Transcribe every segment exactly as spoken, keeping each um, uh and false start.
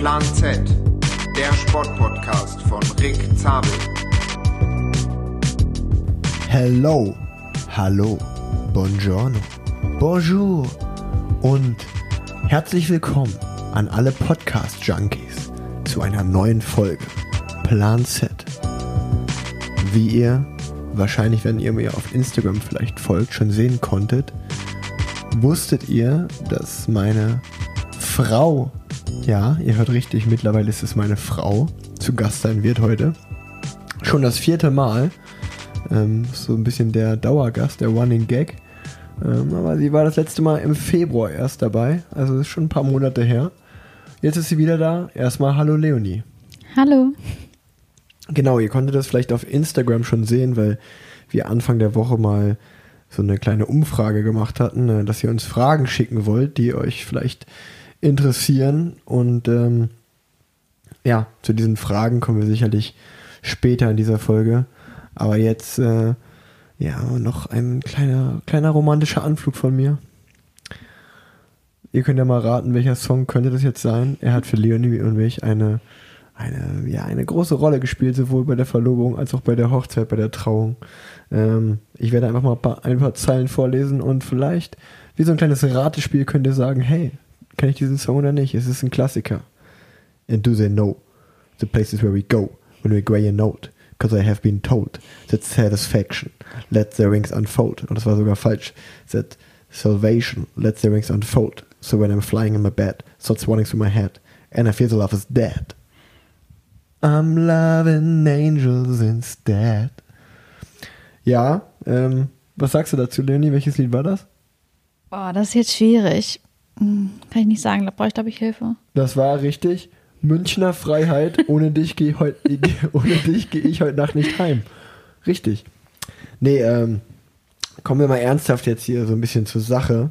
Plan Z, der Sportpodcast von Rick Zabel. Hello, hallo, buongiorno, bonjour und herzlich willkommen an alle Podcast-Junkies zu einer neuen Folge Plan Z. Wie ihr wahrscheinlich, wenn ihr mir auf Instagram vielleicht folgt, schon sehen konntet, wusstet ihr, dass meine Frau, ja, ihr hört richtig, mittlerweile ist es meine Frau, zu Gast sein wird heute. Schon das vierte Mal. Ähm, so ein bisschen der Dauergast, der Running Gag. Ähm, aber sie war das letzte Mal im Februar erst dabei. Also ist schon ein paar Monate her. Jetzt ist sie wieder da. Erstmal hallo Leonie. Hallo. Genau, ihr konntet das vielleicht auf Instagram schon sehen, weil wir Anfang der Woche mal so eine kleine Umfrage gemacht hatten, dass ihr uns Fragen schicken wollt, die euch vielleicht interessieren. Und ähm, ja, zu diesen Fragen kommen wir sicherlich später in dieser Folge. Aber jetzt, äh, ja, noch ein kleiner, kleiner romantischer Anflug von mir. Ihr könnt ja mal raten, welcher Song könnte das jetzt sein. Er hat für Leonie und mich eine, eine, ja, eine große Rolle gespielt, sowohl bei der Verlobung als auch bei der Hochzeit, bei der Trauung. Ähm, ich werde einfach mal ein paar, ein paar Zeilen vorlesen und vielleicht, wie so ein kleines Ratespiel, könnt ihr sagen, hey, kenn ich diesen Song oder nicht? Es ist ein Klassiker. And do they know the places where we go when we grey a note? Because I have been told that satisfaction let their wings unfold. Und das war sogar falsch. That salvation let their wings unfold. So when I'm flying in my bed, thoughts running through my head, and I feel the love is dead. I'm loving angels instead. Ja, ähm, was sagst du dazu, Leonie? Welches Lied war das? Boah, das ist jetzt schwierig. Hm, kann ich nicht sagen, da brauche ich, glaube ich, Hilfe. Das war richtig. Münchner Freiheit, ohne dich gehe heut, ohne dich gehe ich heute Nacht nicht heim. Richtig. Nee, ähm, kommen wir mal ernsthaft jetzt hier so ein bisschen zur Sache.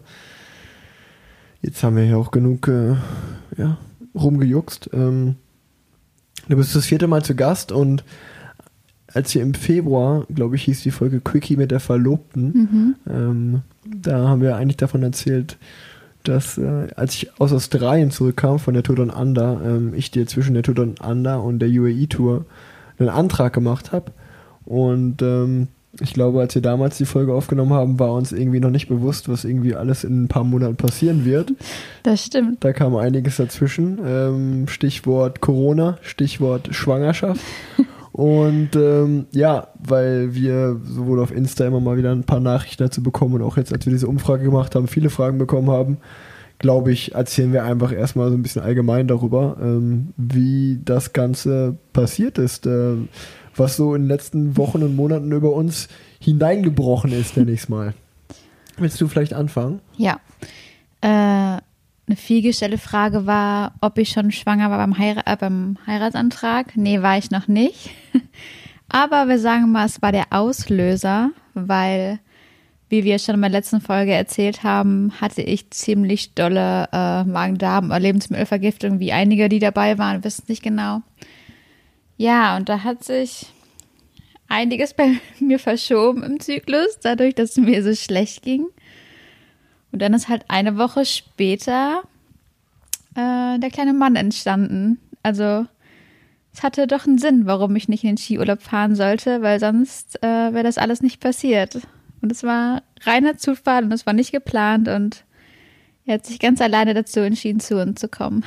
Jetzt haben wir hier auch genug äh, ja, rumgejuckst. Ähm, du bist das vierte Mal zu Gast und als wir im Februar, glaube ich, hieß die Folge Quickie mit der Verlobten, Mhm. ähm, da haben wir eigentlich davon erzählt, dass äh, als ich aus Australien zurückkam von der Tour Down Under, ähm, ich dir zwischen der Tour Down Under und der U A E-Tour einen Antrag gemacht habe. Und ähm, ich glaube, als wir damals die Folge aufgenommen haben, war uns irgendwie noch nicht bewusst, was irgendwie alles in ein paar Monaten passieren wird. Das stimmt. Da kam einiges dazwischen. Ähm, Stichwort Corona, Stichwort Schwangerschaft. Und ähm, ja, weil wir sowohl auf Insta immer mal wieder ein paar Nachrichten dazu bekommen und auch jetzt, als wir diese Umfrage gemacht haben, viele Fragen bekommen haben, glaube ich, erzählen wir einfach erstmal so ein bisschen allgemein darüber, ähm, wie das Ganze passiert ist, äh, was so in den letzten Wochen und Monaten über uns hineingebrochen ist, nenne ich es mal. Willst du vielleicht anfangen? Ja. Äh, eine vielgestellte Frage war, ob ich schon schwanger war beim, Heira- äh, beim Heiratsantrag. Nee, war ich noch nicht. Aber wir sagen mal, es war der Auslöser, weil, wie wir schon in der letzten Folge erzählt haben, hatte ich ziemlich dolle äh, Magen-Darm- oder Lebensmittelvergiftung, wie einige, die dabei waren, wissen nicht genau. Ja, und da hat sich einiges bei mir verschoben im Zyklus, dadurch, dass es mir so schlecht ging. Und dann ist halt eine Woche später äh, der kleine Mann entstanden. Also es hatte doch einen Sinn, warum ich nicht in den Skiurlaub fahren sollte, weil sonst äh, wäre das alles nicht passiert. Und es war reiner Zufall und es war nicht geplant und er hat sich ganz alleine dazu entschieden, zu uns zu kommen.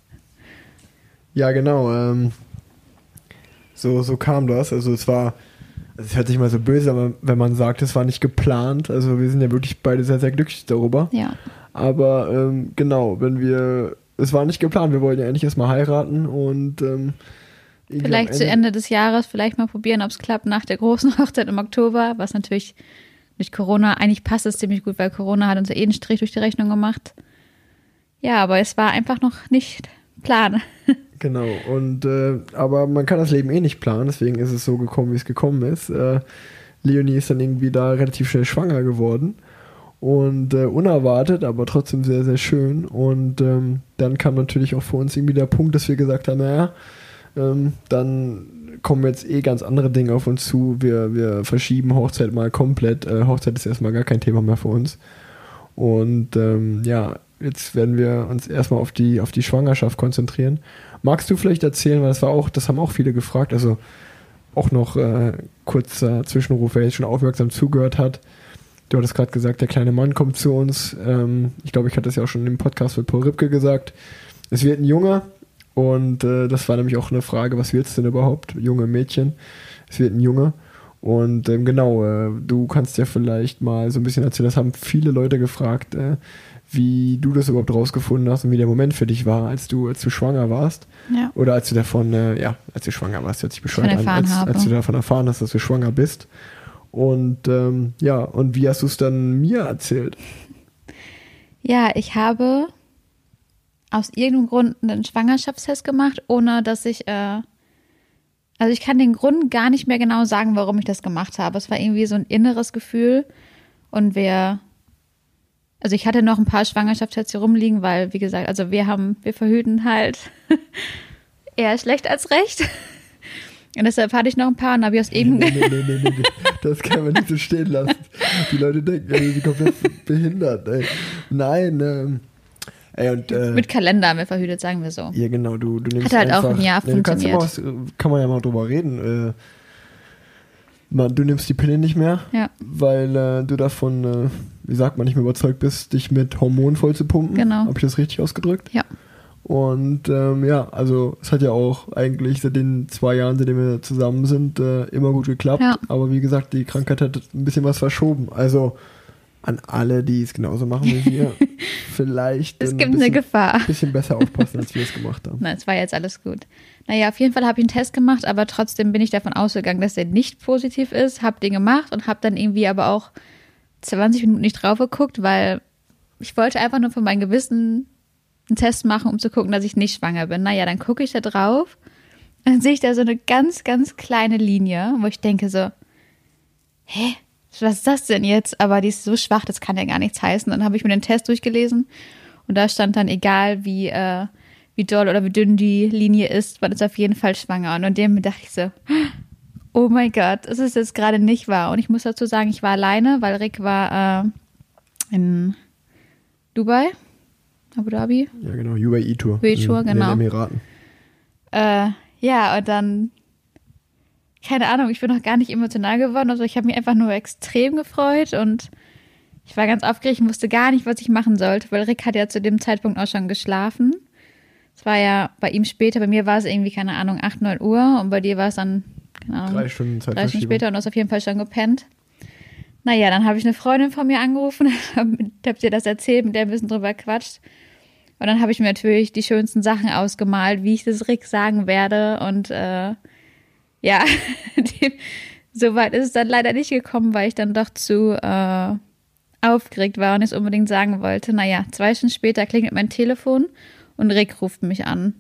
Ja, genau. Ähm, so, so kam das. Also es war, also es hört sich mal so böse, aber wenn man sagt, es war nicht geplant. Also wir sind ja wirklich beide sehr, sehr glücklich darüber. Ja. Aber ähm, genau, wenn wir, es war nicht geplant, wir wollten ja endlich erstmal heiraten und ähm, vielleicht Ende, zu Ende des Jahres vielleicht mal probieren, ob es klappt nach der großen Hochzeit im Oktober, was natürlich durch Corona, eigentlich passt es ziemlich gut, weil Corona hat uns ja eh einen Strich durch die Rechnung gemacht. Ja, aber es war einfach noch nicht Plan. Genau, und äh, aber man kann das Leben eh nicht planen, deswegen ist es so gekommen, wie es gekommen ist. Äh, Leonie ist dann irgendwie da relativ schnell schwanger geworden und äh, unerwartet, aber trotzdem sehr, sehr schön. Und ähm, dann kam natürlich auch für uns irgendwie der Punkt, dass wir gesagt haben, naja, ähm, dann kommen jetzt eh ganz andere Dinge auf uns zu. Wir, wir verschieben Hochzeit mal komplett. Äh, Hochzeit ist erstmal gar kein Thema mehr für uns. Und ähm, ja, jetzt werden wir uns erstmal auf die, auf die Schwangerschaft konzentrieren. Magst du vielleicht erzählen, weil das war auch, das haben auch viele gefragt, also auch noch äh, kurzer Zwischenruf, wer jetzt schon aufmerksam zugehört hat. Du hattest gerade gesagt, der kleine Mann kommt zu uns. Ähm, ich glaube, ich hatte das ja auch schon im Podcast mit Paul Ripke gesagt. Es wird ein Junge und äh, das war nämlich auch eine Frage, was willst du denn überhaupt? Junge Mädchen. Es wird ein Junge. Und ähm, genau, äh, du kannst ja vielleicht mal so ein bisschen erzählen, das haben viele Leute gefragt, äh, wie du das überhaupt rausgefunden hast und wie der Moment für dich war, als du, als du schwanger warst. Ja. Oder als du davon, äh, ja, als du schwanger warst, hört sich bescheuert an, als, als du davon erfahren hast, dass du schwanger bist. Und ähm, ja, und wie hast du es dann mir erzählt? Ja, ich habe aus irgendeinem Grund einen Schwangerschaftstest gemacht, ohne dass ich, äh, also ich kann den Grund gar nicht mehr genau sagen, warum ich das gemacht habe. Es war irgendwie so ein inneres Gefühl und wir, also ich hatte noch ein paar Schwangerschaftstests hier rumliegen, weil, wie gesagt, also wir haben, wir verhüten halt eher schlecht als recht. Und deshalb hatte ich noch ein paar und habe ich aus eben. Nee, nee, nee, nee, nee, nee. Das kann man nicht so stehen lassen. Die Leute denken, ey, die sind komplett behindert, ey. Nein, ähm. Ey, und, äh, mit Kalender haben wir verhütet, sagen wir so. Ja, genau, du, du nimmst Hat halt einfach, auch ein Jahr nee, du kannst funktioniert. immer was, kann man ja mal drüber reden. Äh, man, du nimmst die Pille nicht mehr, Ja. weil äh, du davon, äh, wie sagt man, nicht mehr überzeugt bist, dich mit Hormonen voll zu pumpen. Genau. Habe ich das richtig ausgedrückt? Ja. Und ähm, ja, also es hat ja auch eigentlich seit den zwei Jahren, seitdem wir zusammen sind, äh, immer gut geklappt. Ja. Aber wie gesagt, die Krankheit hat ein bisschen was verschoben. Also an alle, die es genauso machen wie wir, vielleicht Es ein gibt bisschen, eine Gefahr. bisschen besser aufpassen, als wir es gemacht haben. Nein, es war jetzt alles gut. Naja, auf jeden Fall habe ich einen Test gemacht, aber trotzdem bin ich davon ausgegangen, dass der nicht positiv ist, habe den gemacht und habe dann irgendwie aber auch zwanzig Minuten nicht drauf geguckt, weil ich wollte einfach nur für mein Gewissen einen Test machen, um zu gucken, dass ich nicht schwanger bin. Naja, dann gucke ich da drauf, dann sehe ich da so eine ganz, ganz kleine Linie, wo ich denke so, hä, was ist das denn jetzt? Aber die ist so schwach, das kann ja gar nichts heißen. Dann habe ich mir den Test durchgelesen und da stand dann, egal wie, äh, wie doll oder wie dünn die Linie ist, man ist auf jeden Fall schwanger. Und in dem dachte ich so, oh mein Gott, das ist jetzt gerade nicht wahr. Und ich muss dazu sagen, ich war alleine, weil Rick war äh, in Dubai. Abu Dhabi? Ja, genau, U A E-Tour. U A E-Tour, in, genau. In den Emiraten. Äh, ja, und dann, keine Ahnung, ich bin noch gar nicht emotional geworden. Also ich habe mich einfach nur extrem gefreut und ich war ganz aufgeregt und wusste gar nicht, was ich machen sollte, weil Rick hat ja zu dem Zeitpunkt auch schon geschlafen. Es war ja bei ihm später, bei mir war es irgendwie, keine Ahnung, acht, neun Uhr und bei dir war es dann, keine Ahnung, Drei Stunden Zeit. drei Stunden später und du hast auf jeden Fall schon gepennt. Naja, dann habe ich eine Freundin von mir angerufen, hab dir das erzählt, mit der ein bisschen drüber quatscht. Und dann habe ich mir natürlich die schönsten Sachen ausgemalt, wie ich das Rick sagen werde. Und äh, ja, die, so weit ist es dann leider nicht gekommen, weil ich dann doch zu äh, aufgeregt war und es unbedingt sagen wollte. Naja, zwei Stunden später klingelt mein Telefon und Rick ruft mich an.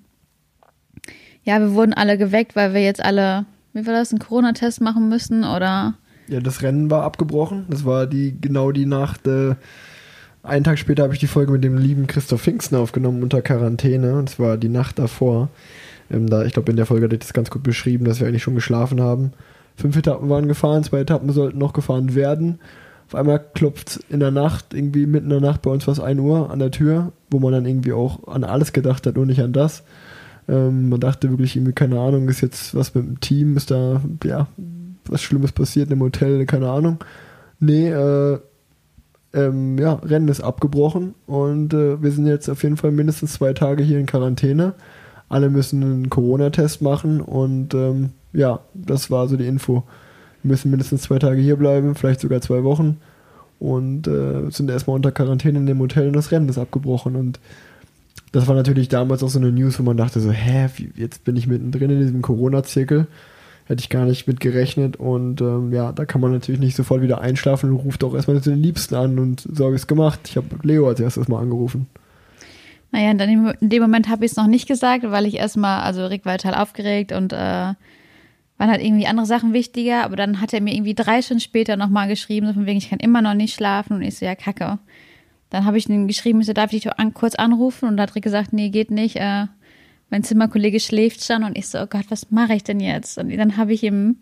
Ja, wir wurden alle geweckt, weil wir jetzt alle, wie war das, einen Corona-Test machen müssen oder... Ja, das Rennen war abgebrochen. Das war die genau die Nacht. Äh, einen Tag später habe ich die Folge mit dem lieben Christoph Pfingsten aufgenommen unter Quarantäne. Und es war die Nacht davor. Ähm, da, ich glaube, in der Folge hatte ich das ganz gut beschrieben, dass wir eigentlich schon geschlafen haben. Fünf Etappen waren gefahren, zwei Etappen sollten noch gefahren werden. Auf einmal klopft in der Nacht, irgendwie mitten in der Nacht, bei uns war es ein Uhr an der Tür, wo man dann irgendwie auch an alles gedacht hat, nur nicht an das. Ähm, man dachte wirklich irgendwie, keine Ahnung, ist jetzt was mit dem Team, ist da, ja, was Schlimmes passiert im Hotel, keine Ahnung. Nee, äh, ähm, ja, Rennen ist abgebrochen und äh, wir sind jetzt auf jeden Fall mindestens zwei Tage hier in Quarantäne. Alle müssen einen Corona-Test machen und ähm, ja, das war so die Info. Wir müssen mindestens zwei Tage hier bleiben, vielleicht sogar zwei Wochen und äh, sind erstmal unter Quarantäne in dem Hotel und das Rennen ist abgebrochen und das war natürlich damals auch so eine News, wo man dachte so, hä, wie, jetzt bin ich mittendrin in diesem Corona-Zirkel. Hätte ich gar nicht mit gerechnet und ähm, ja, da kann man natürlich nicht sofort wieder einschlafen und ruft auch erstmal den Liebsten an und so habe ich es gemacht. Ich habe Leo als erstes mal angerufen. Naja, in dem, in dem Moment habe ich es noch nicht gesagt, weil ich erstmal, also Rick war total aufgeregt und äh, waren halt irgendwie andere Sachen wichtiger, aber dann hat er mir irgendwie drei Stunden später nochmal geschrieben, so von wegen, ich kann immer noch nicht schlafen und ich so, ja, kacke. Dann habe ich ihm geschrieben, ich so, darf ich dich an, kurz anrufen und da hat Rick gesagt, nee, geht nicht, äh, mein Zimmerkollege schläft schon und ich so, oh Gott, was mache ich denn jetzt? Und dann habe ich ihm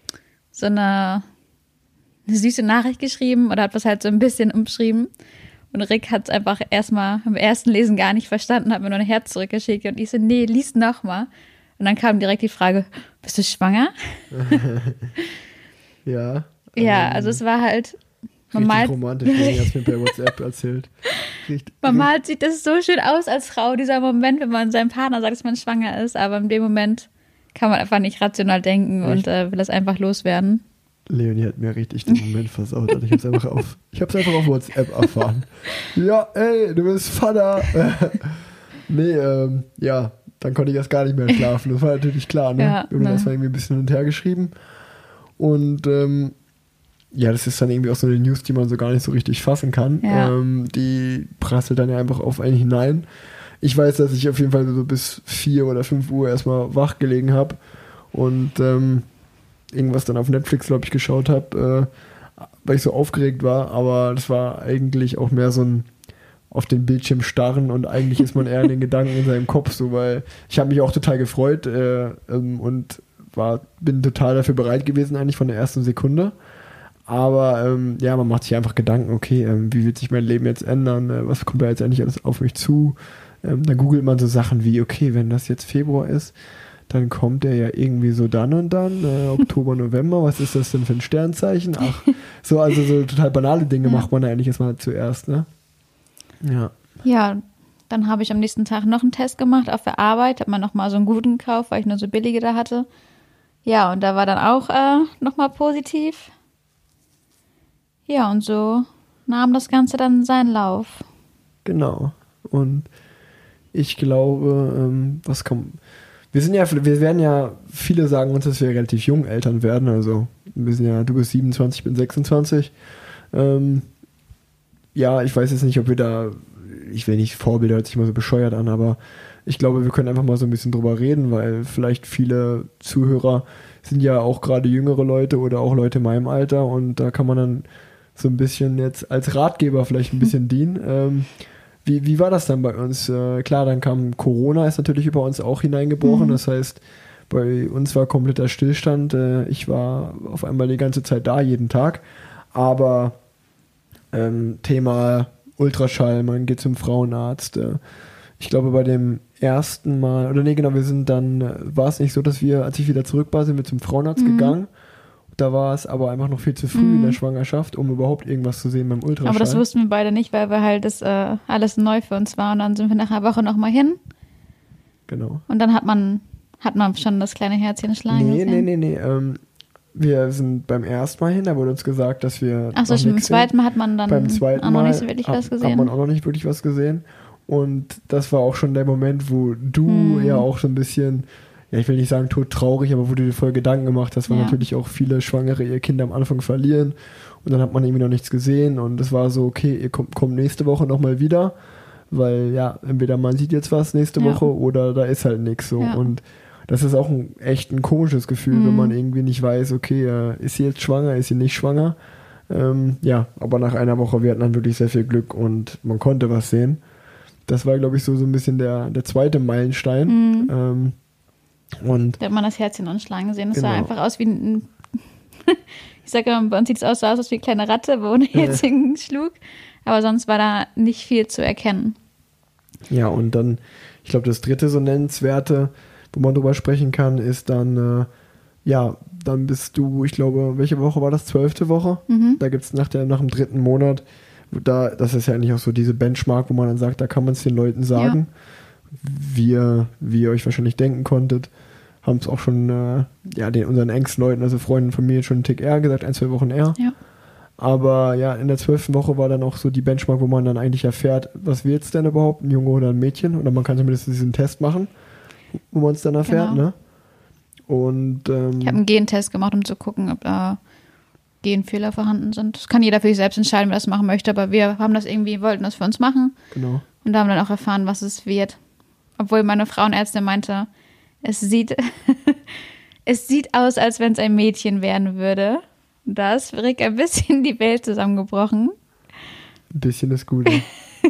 so eine, eine süße Nachricht geschrieben oder hat was halt so ein bisschen umschrieben Und Rick hat es einfach erstmal im ersten Lesen gar nicht verstanden, hat mir nur ein Herz zurückgeschickt und ich so, nee, lies nochmal. Und dann kam direkt die Frage, bist du schwanger? Ja. Ja, ähm, also es war halt, man richtig malt, romantisch, wie er es mir per WhatsApp erzählt. Richtig, man malt sieht das so schön aus als Frau, dieser Moment, wenn man seinem Partner sagt, dass man schwanger ist, aber in dem Moment kann man einfach nicht rational denken Richtig. und äh, will das einfach loswerden. Leonie hat mir richtig den Moment versaut. Ich hab's einfach auf, ich hab's einfach auf WhatsApp erfahren. Ja, ey, du bist Vater. nee, ähm, ja, dann konnte ich erst gar nicht mehr schlafen. Das war natürlich klar, ne? Ja, Wir haben ne. das mal irgendwie ein bisschen hin und her geschrieben. Und ähm, ja, das ist dann irgendwie auch so eine News, die man so gar nicht so richtig fassen kann. Ja. Ähm, die prasselt dann ja einfach auf einen hinein. Ich weiß, dass ich auf jeden Fall so bis vier oder fünf Uhr erstmal wach gelegen habe und ähm, irgendwas dann auf Netflix, glaube ich, geschaut habe, äh, weil ich so aufgeregt war, aber das war eigentlich auch mehr so ein auf den Bildschirm starren und eigentlich ist man eher in den Gedanken in seinem Kopf so, weil ich habe mich auch total gefreut äh, ähm, und war, bin total dafür bereit gewesen eigentlich von der ersten Sekunde, aber ähm, ja, man macht sich einfach Gedanken, okay, ähm, wie wird sich mein Leben jetzt ändern, äh, was kommt da jetzt endlich alles auf mich zu, ähm, dann googelt man so Sachen wie, okay, wenn das jetzt Februar ist, dann kommt der ja irgendwie so dann und dann, äh, Oktober, November, was ist das denn für ein Sternzeichen? Ach, so, also so total banale Dinge Ja. macht man da eigentlich erstmal zuerst, ne? Ja. Ja, dann habe ich am nächsten Tag noch einen Test gemacht auf der Arbeit, habe mir nochmal so einen guten gekauft, weil ich nur so billige da hatte. Ja, und da war dann auch äh, nochmal positiv. Ja, und so nahm das Ganze dann seinen Lauf. Genau. Und ich glaube, ähm, was kommt. Wir sind ja, wir werden ja, viele sagen uns, dass wir relativ jung Eltern werden. Also wir sind ja, du bist siebenundzwanzig, ich bin sechsundzwanzig. Ähm, ja, ich weiß jetzt nicht, ob wir da, ich will nicht, Vorbilder hört sich mal so bescheuert an, aber ich glaube, wir können einfach mal so ein bisschen drüber reden, weil vielleicht viele Zuhörer sind ja auch gerade jüngere Leute oder auch Leute in meinem Alter und da kann man dann so ein bisschen jetzt als Ratgeber vielleicht ein bisschen dienen. Ähm, wie, wie war das dann bei uns? Äh, klar, dann kam Corona, ist natürlich über uns auch hineingebrochen. Mhm. Das heißt, bei uns war kompletter Stillstand. Äh, ich war auf einmal die ganze Zeit da, jeden Tag. Aber ähm, Thema Ultraschall, man geht zum Frauenarzt. Äh, ich glaube, bei dem ersten Mal, oder nee, genau, wir sind dann, äh, war es nicht so, dass wir, als ich wieder zurück war, sind wir zum Frauenarzt Mhm. gegangen. Da war es aber einfach noch viel zu früh Mhm. in der Schwangerschaft, um überhaupt irgendwas zu sehen beim Ultraschall. Aber das wussten wir beide nicht, weil wir halt das äh, alles neu für uns war. Und dann sind wir nach einer Woche nochmal hin. Genau. Und dann hat man, hat man schon das kleine Herzchen schlagen Nee, gesehen. nee, nee, nee. Ähm, wir sind beim ersten Mal hin, da wurde uns gesagt, dass wir. Achso, noch schon beim nix zweiten sehen. Mal hat man dann Beim zweiten auch noch Mal nicht so wirklich hat, was hat gesehen. man auch noch nicht wirklich was gesehen. Und das war auch schon der Moment, wo du Hm. ja auch so ein bisschen, ja, ich will nicht sagen todtraurig, aber wo du dir voll Gedanken gemacht hast, weil Ja. natürlich auch viele Schwangere ihr Kind am Anfang verlieren. Und dann hat man irgendwie noch nichts gesehen. Und es war so, okay, ihr kommt, kommt nächste Woche nochmal wieder. Weil ja, entweder man sieht jetzt was nächste Ja. Woche oder da ist halt nichts so. Ja. Und das ist auch ein echt ein komisches Gefühl, Mhm. wenn man irgendwie nicht weiß, okay, äh, ist sie jetzt schwanger, ist sie nicht schwanger. Ähm, ja, aber nach einer Woche, wir hatten dann wirklich sehr viel Glück und man konnte was sehen. Das war, glaube ich, so, so ein bisschen der, der zweite Meilenstein. Mhm. Ähm, und Da hat man das Herzchen anschlagen gesehen. Das sah Genau. einfach aus wie ein. Ich sage immer, bei uns sieht es aus, so aus wie eine kleine Ratte, wo ein Herzchen schlug. Aber sonst war da nicht viel zu erkennen. ja, und dann, ich glaube, das dritte so nennenswerte, wo man drüber sprechen kann, ist dann, äh, ja, dann bist du, ich glaube, welche Woche war das? Zwölfte Woche? Mhm. Da gibt es nach, der- nach dem dritten Monat, da, das ist ja eigentlich auch so diese Benchmark, wo man dann sagt, da kann man es den Leuten sagen. Wir, wie ihr euch wahrscheinlich denken konntet, haben es auch schon, äh, ja, den, unseren engsten Leuten, also Freunden von mir, schon einen Tick eher gesagt, ein, zwei Wochen eher. Ja. Aber ja, in der zwölften Woche war dann auch so die Benchmark, wo man dann eigentlich erfährt, was wird's denn überhaupt, ein Junge oder ein Mädchen? Oder man kann zumindest diesen Test machen, wo man es dann erfährt, Genau. ne? Und ähm, Ich habe einen Gentest gemacht, um zu gucken, ob da Genfehler vorhanden sind. Das kann jeder für sich selbst entscheiden, wer das machen möchte, aber wir haben das irgendwie, wollten das für uns machen genau. und da haben dann auch erfahren, was es wird. Obwohl meine Frauenärztin meinte, es sieht, es sieht aus, als wenn es ein Mädchen werden würde. Da ist Rick ein bisschen die Welt zusammengebrochen. Ein bisschen ist gut. Ja.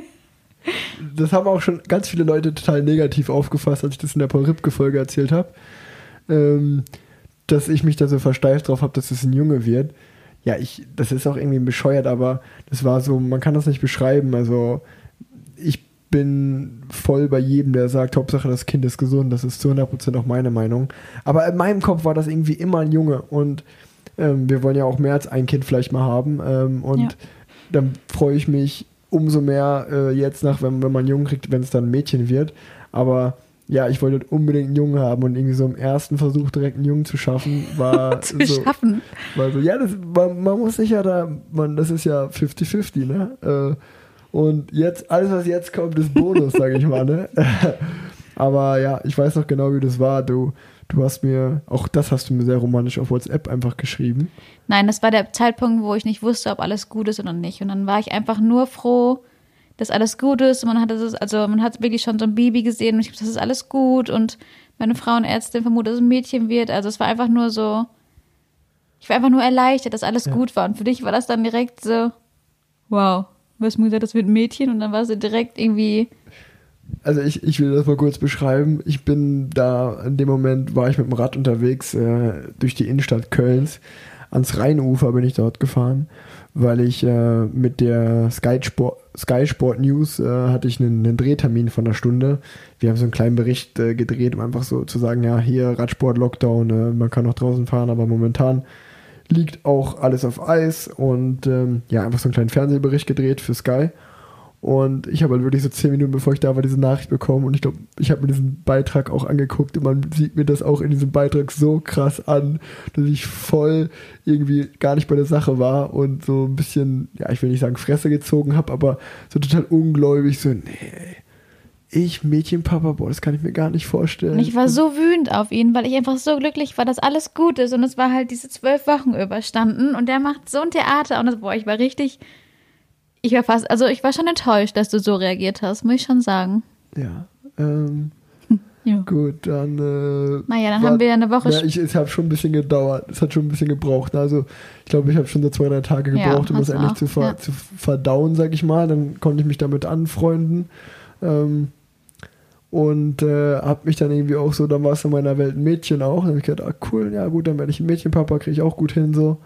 Das haben auch schon ganz viele Leute total negativ aufgefasst, als ich das in der Paul Ripke-Folge erzählt habe. Ähm, dass ich mich da so versteift drauf habe, dass es ein Junge wird. ja, ich, das ist auch irgendwie bescheuert, aber das war so, man kann das nicht beschreiben. Also ich bin voll bei jedem, der sagt, Hauptsache das Kind ist gesund. Das ist zu hundert Prozent auch meine Meinung. Aber in meinem Kopf war das irgendwie immer ein Junge und ähm, wir wollen ja auch mehr als ein Kind vielleicht mal haben. Ähm, und ja. dann freue ich mich umso mehr äh, jetzt nach, wenn, wenn man einen Jungen kriegt, wenn es dann ein Mädchen wird. Aber ja, ich wollte unbedingt einen Jungen haben und irgendwie so im ersten Versuch direkt einen Jungen zu schaffen, war zu so, schaffen. War so, ja, das, man, man muss sich ja da, man, das ist ja fünfzig fünfzig, ne? Äh, und jetzt, alles was jetzt kommt, ist Bonus, sage ich mal, ne? Aber ja, ich weiß noch genau, wie das war. Du, du hast mir, auch das hast du mir sehr romantisch auf WhatsApp einfach geschrieben. Nein, das war der Zeitpunkt, wo ich nicht wusste, ob alles gut ist oder nicht. Und dann war ich einfach nur froh, dass alles gut ist. Und man hat das, also man hat wirklich schon so ein Baby gesehen und ich glaube, das ist alles gut. Und meine Frauenärztin vermutet, dass es ein Mädchen wird. Also es war einfach nur so, ich war einfach nur erleichtert, dass alles ja. gut war. Und für dich war das dann direkt so, wow, du hast mir gesagt, das wird ein Mädchen. Und dann war es direkt irgendwie... Also ich, ich will das mal kurz beschreiben. Ich bin da, in dem Moment war ich mit dem Rad unterwegs äh, durch die Innenstadt Kölns. Ans Rheinufer bin ich dort gefahren, weil ich äh, mit der Sky Sport, Sky Sport News äh, hatte ich einen, einen Drehtermin von einer Stunde. Wir haben so einen kleinen Bericht äh, gedreht, um einfach so zu sagen, ja, hier Radsport, Lockdown, äh, man kann noch draußen fahren, aber momentan liegt auch alles auf Eis und ähm, ja, einfach so einen kleinen Fernsehbericht gedreht für Sky. Und ich habe halt wirklich so zehn Minuten, bevor ich da war, diese Nachricht bekommen. Und ich glaube, ich habe mir diesen Beitrag auch angeguckt. Und man sieht mir das auch in diesem Beitrag so krass an, dass ich voll irgendwie gar nicht bei der Sache war und so ein bisschen, ja, ich will nicht sagen Fresse gezogen habe, aber so total ungläubig. So, nee, ich Mädchenpapa, boah, das kann ich mir gar nicht vorstellen. Und ich war so wütend auf ihn, weil ich einfach so glücklich war, dass alles gut ist. Und es war halt diese zwölf Wochen überstanden. Und der macht so ein Theater. Und das, boah, ich war richtig... Ich war fast, also ich war schon enttäuscht, dass du so reagiert hast, muss ich schon sagen. Ja, ähm, ja. gut, dann äh, naja, dann war, haben wir ja eine Woche... Ja, ich, es hat schon ein bisschen gedauert, es hat schon ein bisschen gebraucht. Also ich glaube, ich habe schon so zwei, drei Tage gebraucht, ja, um das endlich zu, ver, ja. zu verdauen, sag ich mal. Dann konnte ich mich damit anfreunden ähm, und äh, habe mich dann irgendwie auch so, dann war es in meiner Welt ein Mädchen auch. Dann habe ich gedacht, ah cool, ja gut, dann werde ich ein Mädchenpapa, kriege ich auch gut hin so.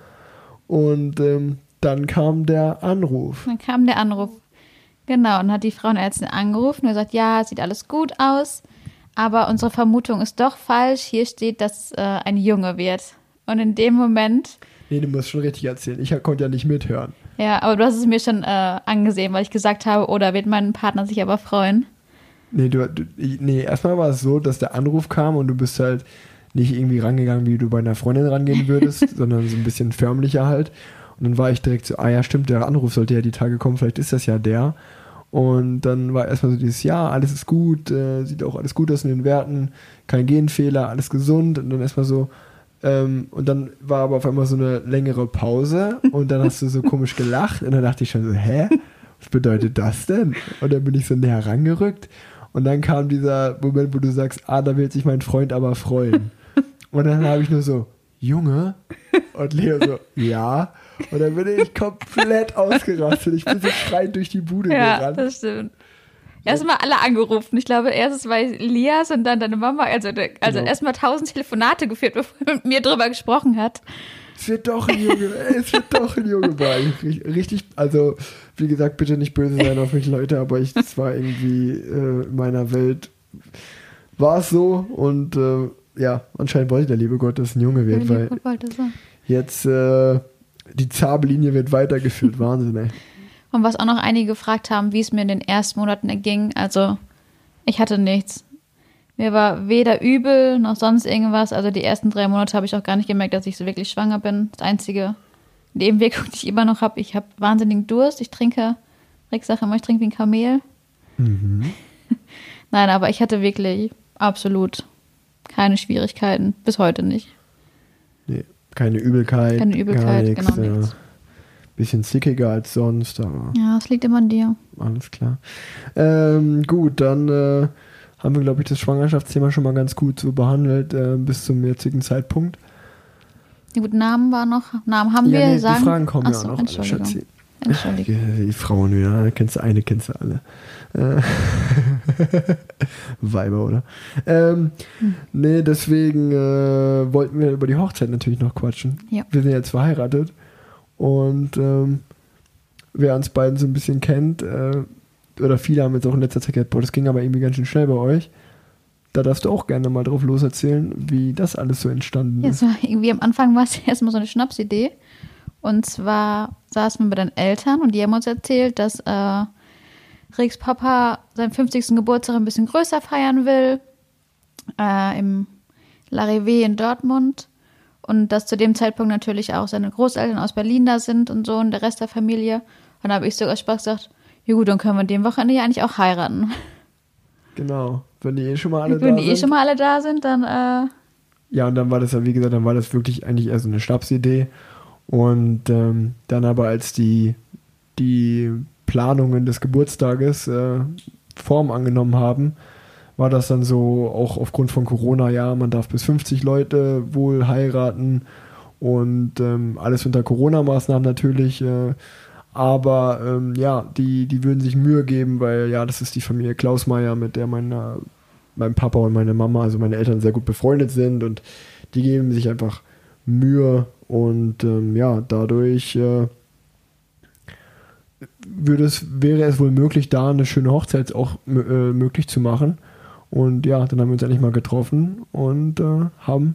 Und ähm, dann kam der Anruf. Dann kam der Anruf. Genau, und hat die Frauenärztin angerufen und gesagt, ja, sieht alles gut aus, aber unsere Vermutung ist doch falsch. Hier steht, dass äh, ein Junge wird. Und in dem Moment... Nee, du musst schon richtig erzählen. Ich konnte ja nicht mithören. Ja, aber du hast es mir schon äh, angesehen, weil ich gesagt habe, oh, da wird mein Partner sich aber freuen. Nee, du, du, nee, erstmal war es so, dass der Anruf kam und du bist halt nicht irgendwie rangegangen, wie du bei einer Freundin rangehen würdest, sondern so ein bisschen förmlicher halt. Und dann war ich direkt so, ah ja, stimmt, der Anruf sollte ja die Tage kommen, vielleicht ist das ja der. Und dann war erstmal so dieses, ja, alles ist gut, äh, sieht auch alles gut aus in den Werten, kein Genfehler, alles gesund. Und dann erstmal so, ähm, und dann war aber auf einmal so eine längere Pause und dann hast du so komisch gelacht und dann dachte ich schon so, hä, was bedeutet das denn? Und dann bin ich so näher rangerückt und dann kam dieser Moment, wo du sagst, ah, da wird sich mein Freund aber freuen. Und dann habe ich nur so, Junge? Und Leo so, ja. Und dann bin ich komplett ausgerastet. Ich bin so schreiend durch die Bude ja, gerannt. Ja, das stimmt. Erstmal alle angerufen. Ich glaube, erstes war Elias und dann deine Mama. Also, also genau. Erstmal tausend Telefonate geführt, bevor er mit mir drüber gesprochen hat. Es wird doch ein Junge. Es wird doch ein Junge. Boah, ich, richtig, also wie gesagt, bitte nicht böse sein auf mich, Leute, aber ich, das war irgendwie äh, in meiner Welt war es so und äh, ja, anscheinend wollte der liebe Gott, dass es ein Junge wird, ja, weil so. jetzt äh, die Zabellinie wird weitergeführt. Wahnsinn, ey. Und was auch noch einige gefragt haben, wie es mir in den ersten Monaten erging, also ich hatte nichts. Mir war weder übel noch sonst irgendwas. Also die ersten drei Monate habe ich auch gar nicht gemerkt, dass ich so wirklich schwanger bin. Das einzige Nebenwirkung, die ich immer noch habe, ich habe wahnsinnigen Durst. Ich trinke, Rick sagt immer, ich trinke wie ein Kamel. Mhm. Nein, aber ich hatte wirklich absolut keine Schwierigkeiten. Bis heute nicht. Nee, keine Übelkeit. Keine Übelkeit, nix, genau äh, nichts. Bisschen zickiger als sonst, aber... Ja, es liegt immer an dir. Alles klar. Ähm, gut, dann äh, haben wir, glaube ich, das Schwangerschaftsthema schon mal ganz gut so behandelt, äh, bis zum jetzigen Zeitpunkt. Ja gut, Namen war noch... Namen haben ja, wir, nee, sagen... Die Fragen kommen Achso, ja auch noch, Entschuldigung. Schatzi. Entschuldigung. Die, die Frauen wieder, kennst du eine, kennst du alle. Äh, Weiber, oder? Ähm, hm. Nee, deswegen äh, wollten wir über die Hochzeit natürlich noch quatschen. Ja. Wir sind jetzt verheiratet Und ähm, wer uns beiden so ein bisschen kennt, äh, oder viele haben jetzt auch in letzter Zeit gesagt, boah, das ging aber irgendwie ganz schön schnell bei euch. Da darfst du auch gerne mal drauf loserzählen, wie das alles so entstanden Ja, ist. so irgendwie am Anfang war es erstmal so eine Schnapsidee. Und zwar saßen wir bei den Eltern und die haben uns erzählt, dass äh, Riks Papa seinen fünfzigsten Geburtstag ein bisschen größer feiern will, äh, im Larrivée in Dortmund. Und dass zu dem Zeitpunkt natürlich auch seine Großeltern aus Berlin da sind und so und der Rest der Familie. Und da habe ich sogar Spaß gesagt, ja gut, dann können wir an dem Wochenende ja eigentlich auch heiraten. Genau, wenn die eh schon mal alle Wenn da die eh sind. schon mal alle da sind, dann äh, Ja, und dann war das ja, wie gesagt, dann war das wirklich eigentlich eher so eine Schnapsidee. Und ähm, dann aber als die, die Planungen des Geburtstages äh, Form angenommen haben, war das dann so, auch aufgrund von Corona, ja, man darf bis fünfzig Leute wohl heiraten und ähm, alles unter Corona-Maßnahmen natürlich. Äh, aber ähm, ja, die, die würden sich Mühe geben, weil ja, das ist die Familie Klausmeier, mit der meine, mein Papa und meine Mama, also meine Eltern, sehr gut befreundet sind und die geben sich einfach Mühe und ähm, ja, dadurch äh, würde es, wäre es wohl möglich, da eine schöne Hochzeit auch äh, möglich zu machen. Und ja, dann haben wir uns endlich mal getroffen und äh, haben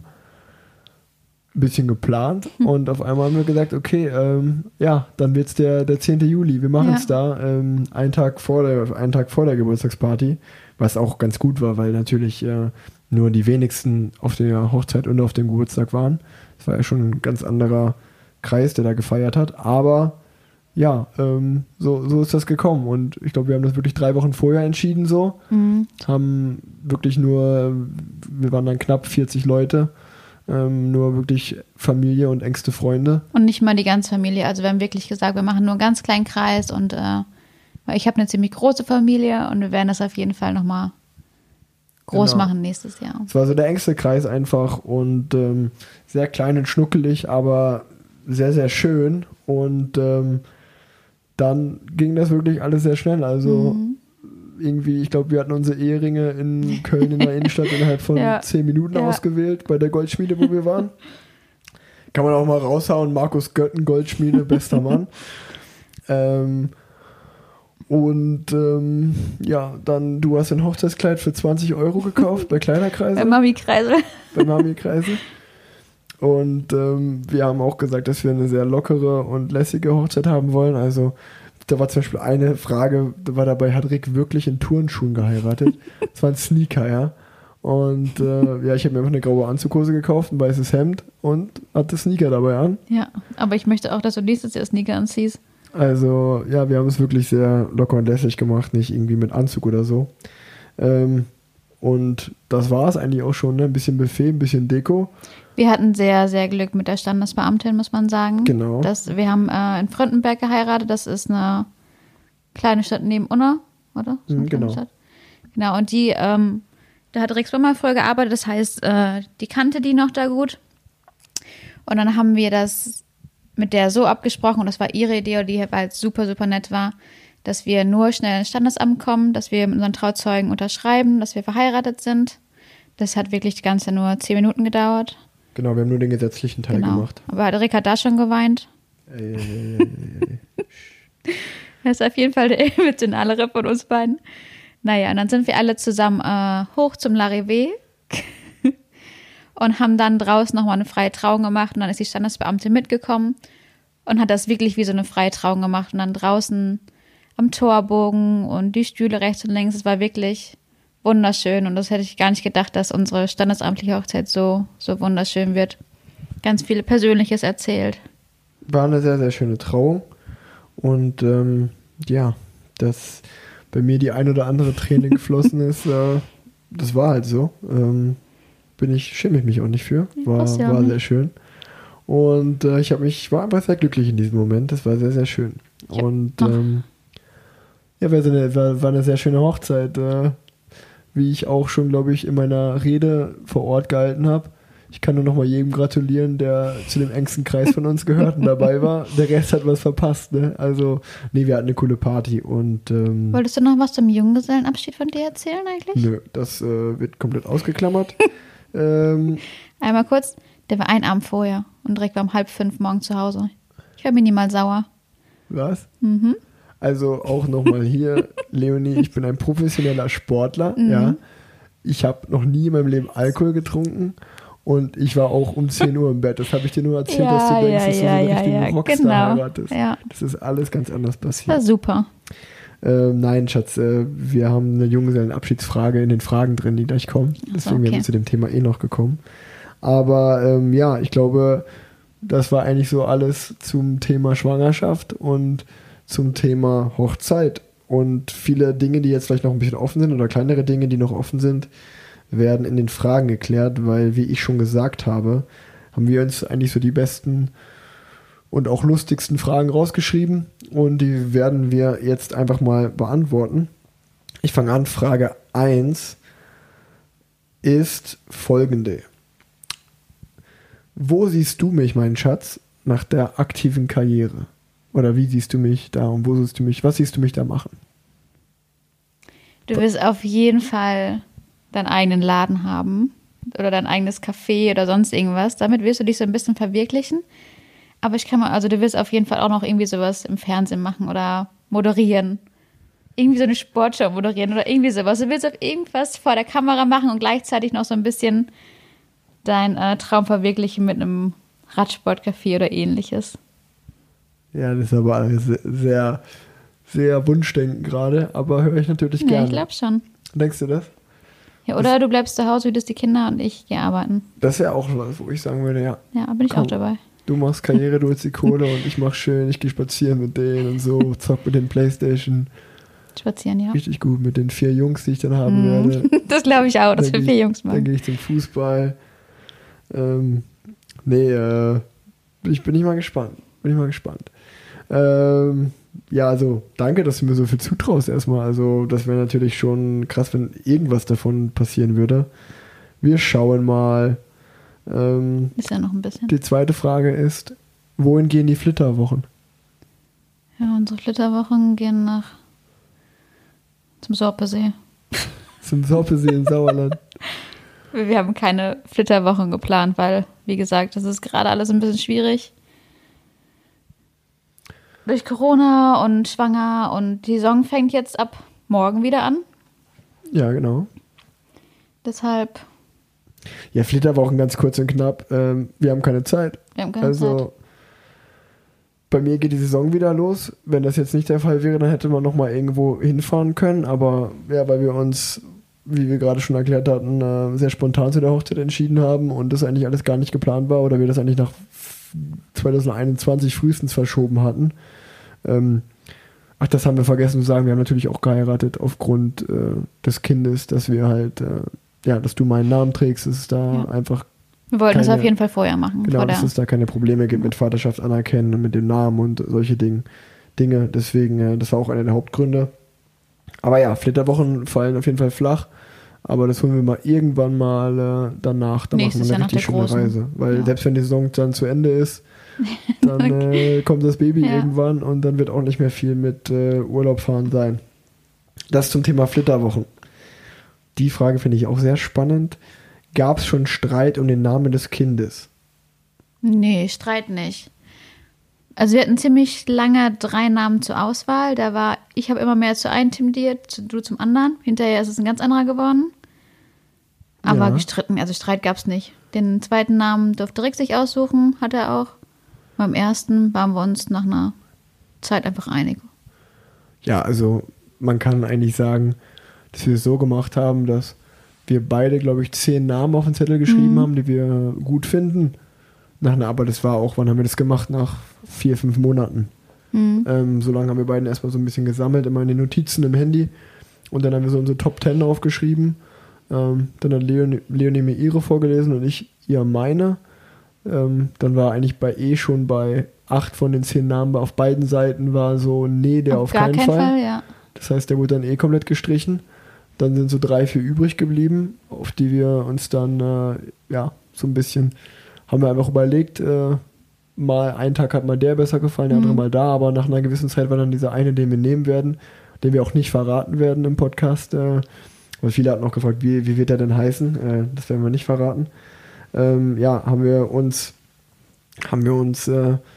ein bisschen geplant und auf einmal haben wir gesagt, okay, ähm, ja, dann wird's der, der zehnte Juli, wir machen es Ja. da, ähm, einen Tag vor der, einen Tag vor der Geburtstagsparty, was auch ganz gut war, weil natürlich äh, nur die wenigsten auf der Hochzeit und auf dem Geburtstag waren. Es war ja schon ein ganz anderer Kreis, der da gefeiert hat, aber ja, ähm, so, so ist das gekommen und ich glaube, wir haben das wirklich drei Wochen vorher entschieden so, mhm. haben wirklich nur, wir waren dann knapp vierzig Leute, ähm, nur wirklich Familie und engste Freunde. Und nicht mal die ganze Familie. Also wir haben wirklich gesagt, wir machen nur einen ganz kleinen Kreis und äh, weil ich habe eine ziemlich große Familie und wir werden das auf jeden Fall nochmal groß Genau. machen nächstes Jahr. Es war so der engste Kreis einfach und ähm, sehr klein und schnuckelig, aber sehr, sehr schön und ähm, dann ging das wirklich alles sehr schnell. Also Mhm. irgendwie, ich glaube, wir hatten unsere Eheringe in Köln in der Innenstadt innerhalb von Ja. zehn Minuten Ja. ausgewählt bei der Goldschmiede, wo wir waren. Kann man auch mal raushauen, Markus Götten, Goldschmiede, bester Mann. ähm, und ähm, ja, dann, du hast ein Hochzeitskleid für zwanzig Euro gekauft bei Kleiderkreise, Bei Mami Kreisel. bei Mami-Kreise. Und ähm, wir haben auch gesagt, dass wir eine sehr lockere und lässige Hochzeit haben wollen. Also da war zum Beispiel eine Frage, da war dabei, hat Rick wirklich in Turnschuhen geheiratet? Das war ein Sneaker, ja. Und äh, ja, ich habe mir einfach eine graue Anzughose gekauft, ein weißes Hemd und hatte Sneaker dabei an. Ja, aber ich möchte auch, dass du nächstes Jahr Sneaker anziehst. Also ja, wir haben es wirklich sehr locker und lässig gemacht, nicht irgendwie mit Anzug oder so. Ähm, und das war es eigentlich auch schon, ne? Ein bisschen Buffet, ein bisschen Deko. Wir hatten sehr, sehr Glück mit der Standesbeamtin, muss man sagen. Genau. Das, wir haben äh, in Fröndenberg geheiratet. Das ist eine kleine Stadt neben Unna, oder? So eine Mhm, kleine genau. Stadt. Genau, und die, ähm, da hat Rix mal früher gearbeitet. Das heißt, äh, die kannte die noch da gut. Und dann haben wir das mit der so abgesprochen, und das war ihre Idee, und die halt super, super nett war, dass wir nur schnell ins Standesamt kommen, dass wir mit unseren Trauzeugen unterschreiben, dass wir verheiratet sind. Das hat wirklich das Ganze nur zehn Minuten gedauert. Genau, wir haben nur den gesetzlichen Teil Genau. gemacht. Aber Rick hat da schon geweint. Ey, ey, ey, ey, ey. Er ist auf jeden Fall der emotionalere von uns beiden. Naja, und dann sind wir alle zusammen äh, hoch zum Larrivée und haben dann draußen nochmal eine freie Trauung gemacht. Und dann ist die Standesbeamtin mitgekommen und hat das wirklich wie so eine freie Trauung gemacht. Und dann draußen am Torbogen und die Stühle rechts und links. Es war wirklich wunderschön. Und das hätte ich gar nicht gedacht, dass unsere standesamtliche Hochzeit so, so wunderschön wird. Ganz viel Persönliches erzählt. War eine sehr, sehr schöne Trauung. Und ähm, ja, dass bei mir die ein oder andere Träne geflossen ist, äh, das war halt so. Ähm, bin ich, schäme ich mich auch nicht für. War, Brauchst du ja auch war nicht. sehr schön. Und äh, ich habe mich, war einfach sehr glücklich in diesem Moment. Das war sehr, sehr schön. Ja. Und Ach. ähm, ja, war, so eine, war, war eine sehr schöne Hochzeit. Äh, wie ich auch schon, glaube ich, in meiner Rede vor Ort gehalten habe. Ich kann nur noch mal jedem gratulieren, der zu dem engsten Kreis von uns gehört und dabei war. Der Rest hat was verpasst, ne? Also, nee, wir hatten eine coole Party und ähm, Wolltest du noch was zum Junggesellenabschied von dir erzählen eigentlich? nö, das äh, wird komplett ausgeklammert. ähm, Einmal kurz, der war ein Abend vorher und direkt war um halb fünf morgens zu Hause. Ich Ich war minimal sauer. Was? Mhm. Also auch nochmal hier, Leonie, ich bin ein professioneller Sportler, Mhm. ja. Ich habe noch nie in meinem Leben Alkohol getrunken und ich war auch um zehn Uhr im Bett. Das habe ich dir nur erzählt, Ja, dass du denkst, ja, dass du ja, so einen ja, richtigen ja, Rockstar genau. heiratest. Ja. Das ist alles ganz anders War passiert. super. Ähm, nein, Schatz, äh, wir haben eine Junggesellenabschiedsfrage in den Fragen drin, die gleich kommen. Ach so, Deswegen wären okay. wir zu dem Thema eh noch gekommen. Aber ähm, ja, ich glaube, das war eigentlich so alles zum Thema Schwangerschaft und zum Thema Hochzeit. Und viele Dinge, die jetzt vielleicht noch ein bisschen offen sind oder kleinere Dinge, die noch offen sind, werden in den Fragen geklärt, weil, wie ich schon gesagt habe, haben wir uns eigentlich so die besten und auch lustigsten Fragen rausgeschrieben und die werden wir jetzt einfach mal beantworten. Ich fange an. Frage eins ist folgende. Wo siehst du mich, mein Schatz, nach der aktiven Karriere? Oder wie siehst du mich da und wo siehst du mich, was siehst du mich da machen? Du wirst auf jeden Fall deinen eigenen Laden haben oder dein eigenes Café oder sonst irgendwas. Damit wirst du dich so ein bisschen verwirklichen. Aber ich kann mal, also du wirst auf jeden Fall auch noch irgendwie sowas im Fernsehen machen oder moderieren. Irgendwie so eine Sportshow moderieren oder irgendwie sowas. Du willst auch irgendwas vor der Kamera machen und gleichzeitig noch so ein bisschen deinen äh, Traum verwirklichen mit einem Radsportcafé oder ähnliches. Ja, das ist aber alles sehr, sehr Wunschdenken gerade, aber höre ich natürlich Ja, gerne. ich glaube schon. Denkst du das? Ja, oder du bleibst zu Hause, hütest die Kinder und ich gehe arbeiten. Das wäre auch was, wo ich sagen würde, ja, Ja, bin ich Komm. auch dabei. du machst Karriere, du holst die Kohle und ich mach schön, ich gehe spazieren mit denen und so, zock mit den Playstation. Spazieren, ja. Richtig gut mit den vier Jungs, die ich dann haben Mhm. werde. Das glaube ich auch, dass wir Dann vier geh- Jungs Dann machen. gehe ich zum Fußball. Ähm, nee, äh, ich bin nicht mal gespannt. Bin ich mal gespannt. Ähm, ja, also danke, dass du mir so viel zutraust erstmal. Also das wäre natürlich schon krass, wenn irgendwas davon passieren würde. Wir schauen mal. Ähm, Ist ja noch ein bisschen. die zweite Frage ist, wohin gehen die Flitterwochen? Ja, unsere Flitterwochen gehen nach zum Sorpesee. Zum Sorpesee in Sauerland. Wir wir haben keine Flitterwochen geplant, weil, wie gesagt, das ist gerade alles ein bisschen schwierig. Durch Corona und schwanger und die Saison fängt jetzt ab morgen wieder an. Ja, genau. Deshalb, Ja, Flitterwochen ganz kurz und knapp. Ähm, wir haben keine Zeit. wir haben keine Also Zeit. bei mir geht die Saison wieder los. Wenn das jetzt nicht der Fall wäre, dann hätte man noch mal irgendwo hinfahren können. Aber ja, weil wir uns, wie wir gerade schon erklärt hatten, äh, sehr spontan zu der Hochzeit entschieden haben und das eigentlich alles gar nicht geplant war oder wir das eigentlich nach zwanzig einundzwanzig frühestens verschoben hatten. Ähm, ach, das haben wir vergessen zu sagen. Wir haben natürlich auch geheiratet aufgrund äh, des Kindes, dass wir halt, äh, ja, dass du meinen Namen trägst. Es ist da Ja. einfach Wir wollten es keine- auf jeden Fall vorher machen. Genau, vor dass der, es da keine Probleme gibt mit Vaterschaft anerkennen und mit dem Namen und solche Ding, Dinge. Deswegen, äh, das war auch einer der Hauptgründe. Aber ja, Flitterwochen fallen auf jeden Fall flach. Aber das holen wir mal irgendwann mal äh, danach. Dann Nächstes machen wir Jahr eine nach der richtig schöne großen. Reise. Weil Ja. selbst wenn die Saison dann zu Ende ist, dann äh, kommt das Baby Ja. irgendwann und dann wird auch nicht mehr viel mit äh, Urlaub fahren sein. Das zum Thema Flitterwochen. Die Frage finde ich auch sehr spannend. Gab es schon Streit um den Namen des Kindes? Nee, Streit nicht. Also wir hatten ziemlich lange drei Namen zur Auswahl. Da war, ich habe immer mehr zu einem tendiert, du zum anderen. Hinterher ist es ein ganz anderer geworden. Aber Ja. gestritten, also Streit gab es nicht. Den zweiten Namen durfte Rick sich aussuchen, hat er auch. Beim ersten waren wir uns nach einer Zeit einfach einig. Ja, also man kann eigentlich sagen, dass wir es so gemacht haben, dass wir beide, glaube ich, zehn Namen auf den Zettel geschrieben Mhm. haben, die wir gut finden. Nach einer, aber das war auch, wann haben wir das gemacht? Nach vier, fünf Monaten. Mhm. Ähm, so lange haben wir beiden erstmal so ein bisschen gesammelt, immer in den Notizen im Handy. Und dann haben wir so unsere Top Ten aufgeschrieben. Ähm, dann hat Leonie, Leonie mir ihre vorgelesen und ich ihr meine. Ähm, dann war eigentlich bei E schon bei acht von den zehn Namen auf beiden Seiten war so, nee, der auf, gar keinen keinen Fall. Fall, ja. Das heißt, der wurde dann eh komplett gestrichen. Dann sind so drei, vier übrig geblieben, auf die wir uns dann, äh, ja, so ein bisschen, haben wir einfach überlegt, äh, mal einen Tag hat mal der besser gefallen, der Mhm. andere mal da, aber nach einer gewissen Zeit war dann dieser eine, den wir nehmen werden, den wir auch nicht verraten werden im Podcast. Äh, weil viele hatten auch gefragt, wie, wie wird der denn heißen? Äh, das werden wir nicht verraten. Ähm, ja, haben wir uns, haben wir uns äh,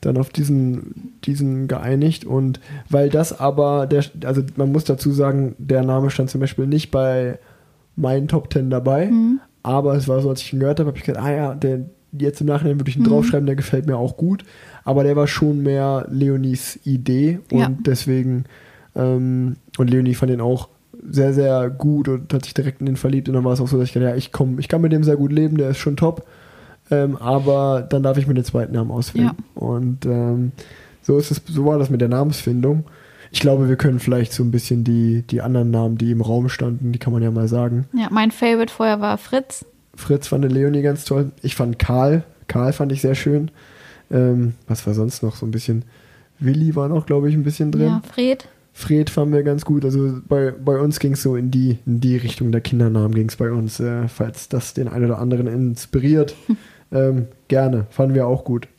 dann auf diesen, diesen geeinigt. Und weil das aber, der, also man muss dazu sagen, der Name stand zum Beispiel nicht bei meinen Top Ten dabei, mhm. aber es war so, als ich ihn gehört habe, habe ich gedacht, ah ja, der, jetzt im Nachhinein würde ich ihn mhm. draufschreiben, der gefällt mir auch gut. Aber der war schon mehr Leonies Idee und ja. deswegen, ähm, und Leonie fand ihn auch sehr, sehr gut und hat sich direkt in den verliebt. Und dann war es auch so, dass ich dachte, ja, ich komm, ich kann mit dem sehr gut leben, der ist schon top. Ähm, aber dann darf ich mir den zweiten Namen auswählen. Ja. Und ähm, so ist es, so war das mit der Namensfindung. Ich glaube, wir können vielleicht so ein bisschen die, die anderen Namen, die im Raum standen, die kann man ja mal sagen. Ja, mein Favorite vorher war Fritz. Fritz fand Leonie ganz toll. Ich fand Karl. Karl fand ich sehr schön. Ähm, was war sonst noch so ein bisschen? Willi war noch, glaube ich, ein bisschen drin. Ja, Fred. Fred fanden wir ganz gut. Also bei, bei uns ging es so in die, in die Richtung der Kindernamen ging es bei uns. Äh, falls das den einen oder anderen inspiriert. Ähm, gerne, fanden wir auch gut.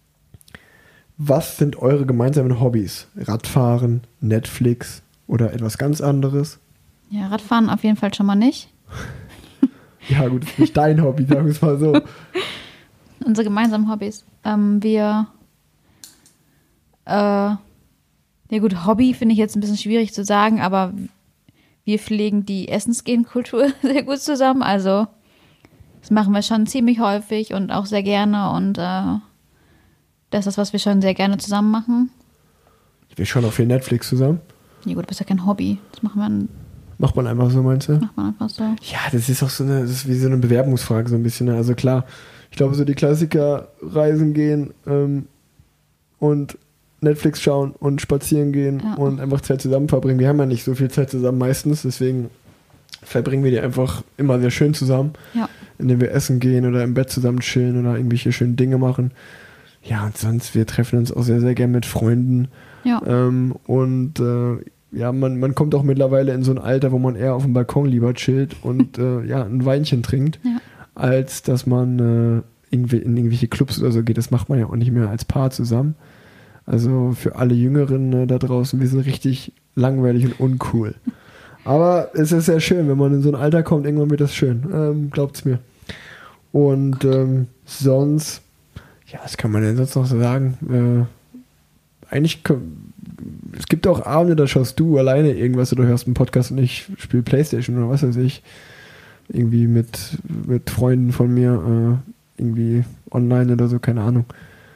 Was sind eure gemeinsamen Hobbys? Radfahren, Netflix oder etwas ganz anderes? Ja, Radfahren auf jeden Fall schon mal nicht. Ja gut, das ist nicht dein Hobby, sagen wir es mal so. Unsere gemeinsamen Hobbys. Ähm, wir äh, ja gut, Hobby finde ich jetzt ein bisschen schwierig zu sagen, aber wir pflegen die Essensgenkultur sehr gut zusammen, also das machen wir schon ziemlich häufig und auch sehr gerne und äh, das ist, was wir schon sehr gerne zusammen machen. Wir schauen auch viel Netflix zusammen. Ja gut, das ist ja kein Hobby. Das machen wir Macht man einfach so, meinst du? Macht man einfach so. Ja, das ist auch so eine, das ist wie so eine Bewerbungsfrage so ein bisschen. Also klar, ich glaube so die Klassiker reisen gehen ähm, und Netflix schauen und spazieren gehen ja. und einfach Zeit zusammen verbringen. Wir haben ja nicht so viel Zeit zusammen meistens, deswegen verbringen wir die einfach immer sehr schön zusammen. Ja. Indem wir essen gehen oder im Bett zusammen chillen oder irgendwelche schönen Dinge machen. Ja, und sonst, wir treffen uns auch sehr, sehr gern mit Freunden. Ja. Ähm, und äh, ja, man, man kommt auch mittlerweile in so ein Alter, wo man eher auf dem Balkon lieber chillt und äh, ja, ein Weinchen trinkt, ja. als dass man äh, irgendwie in irgendwelche Clubs oder so geht. Das macht man ja auch nicht mehr als Paar zusammen. Also für alle Jüngeren äh, da draußen, wir sind richtig langweilig und uncool. Aber es ist sehr schön, wenn man in so ein Alter kommt, irgendwann wird das schön. Ähm, glaubt's mir. Und ähm, sonst, ja, was kann man denn sonst noch sagen? Äh, eigentlich, es gibt auch Abende, da schaust du alleine irgendwas oder hörst einen Podcast und ich spiele Playstation oder was weiß ich. Irgendwie mit, mit Freunden von mir, äh, irgendwie online oder so, keine Ahnung.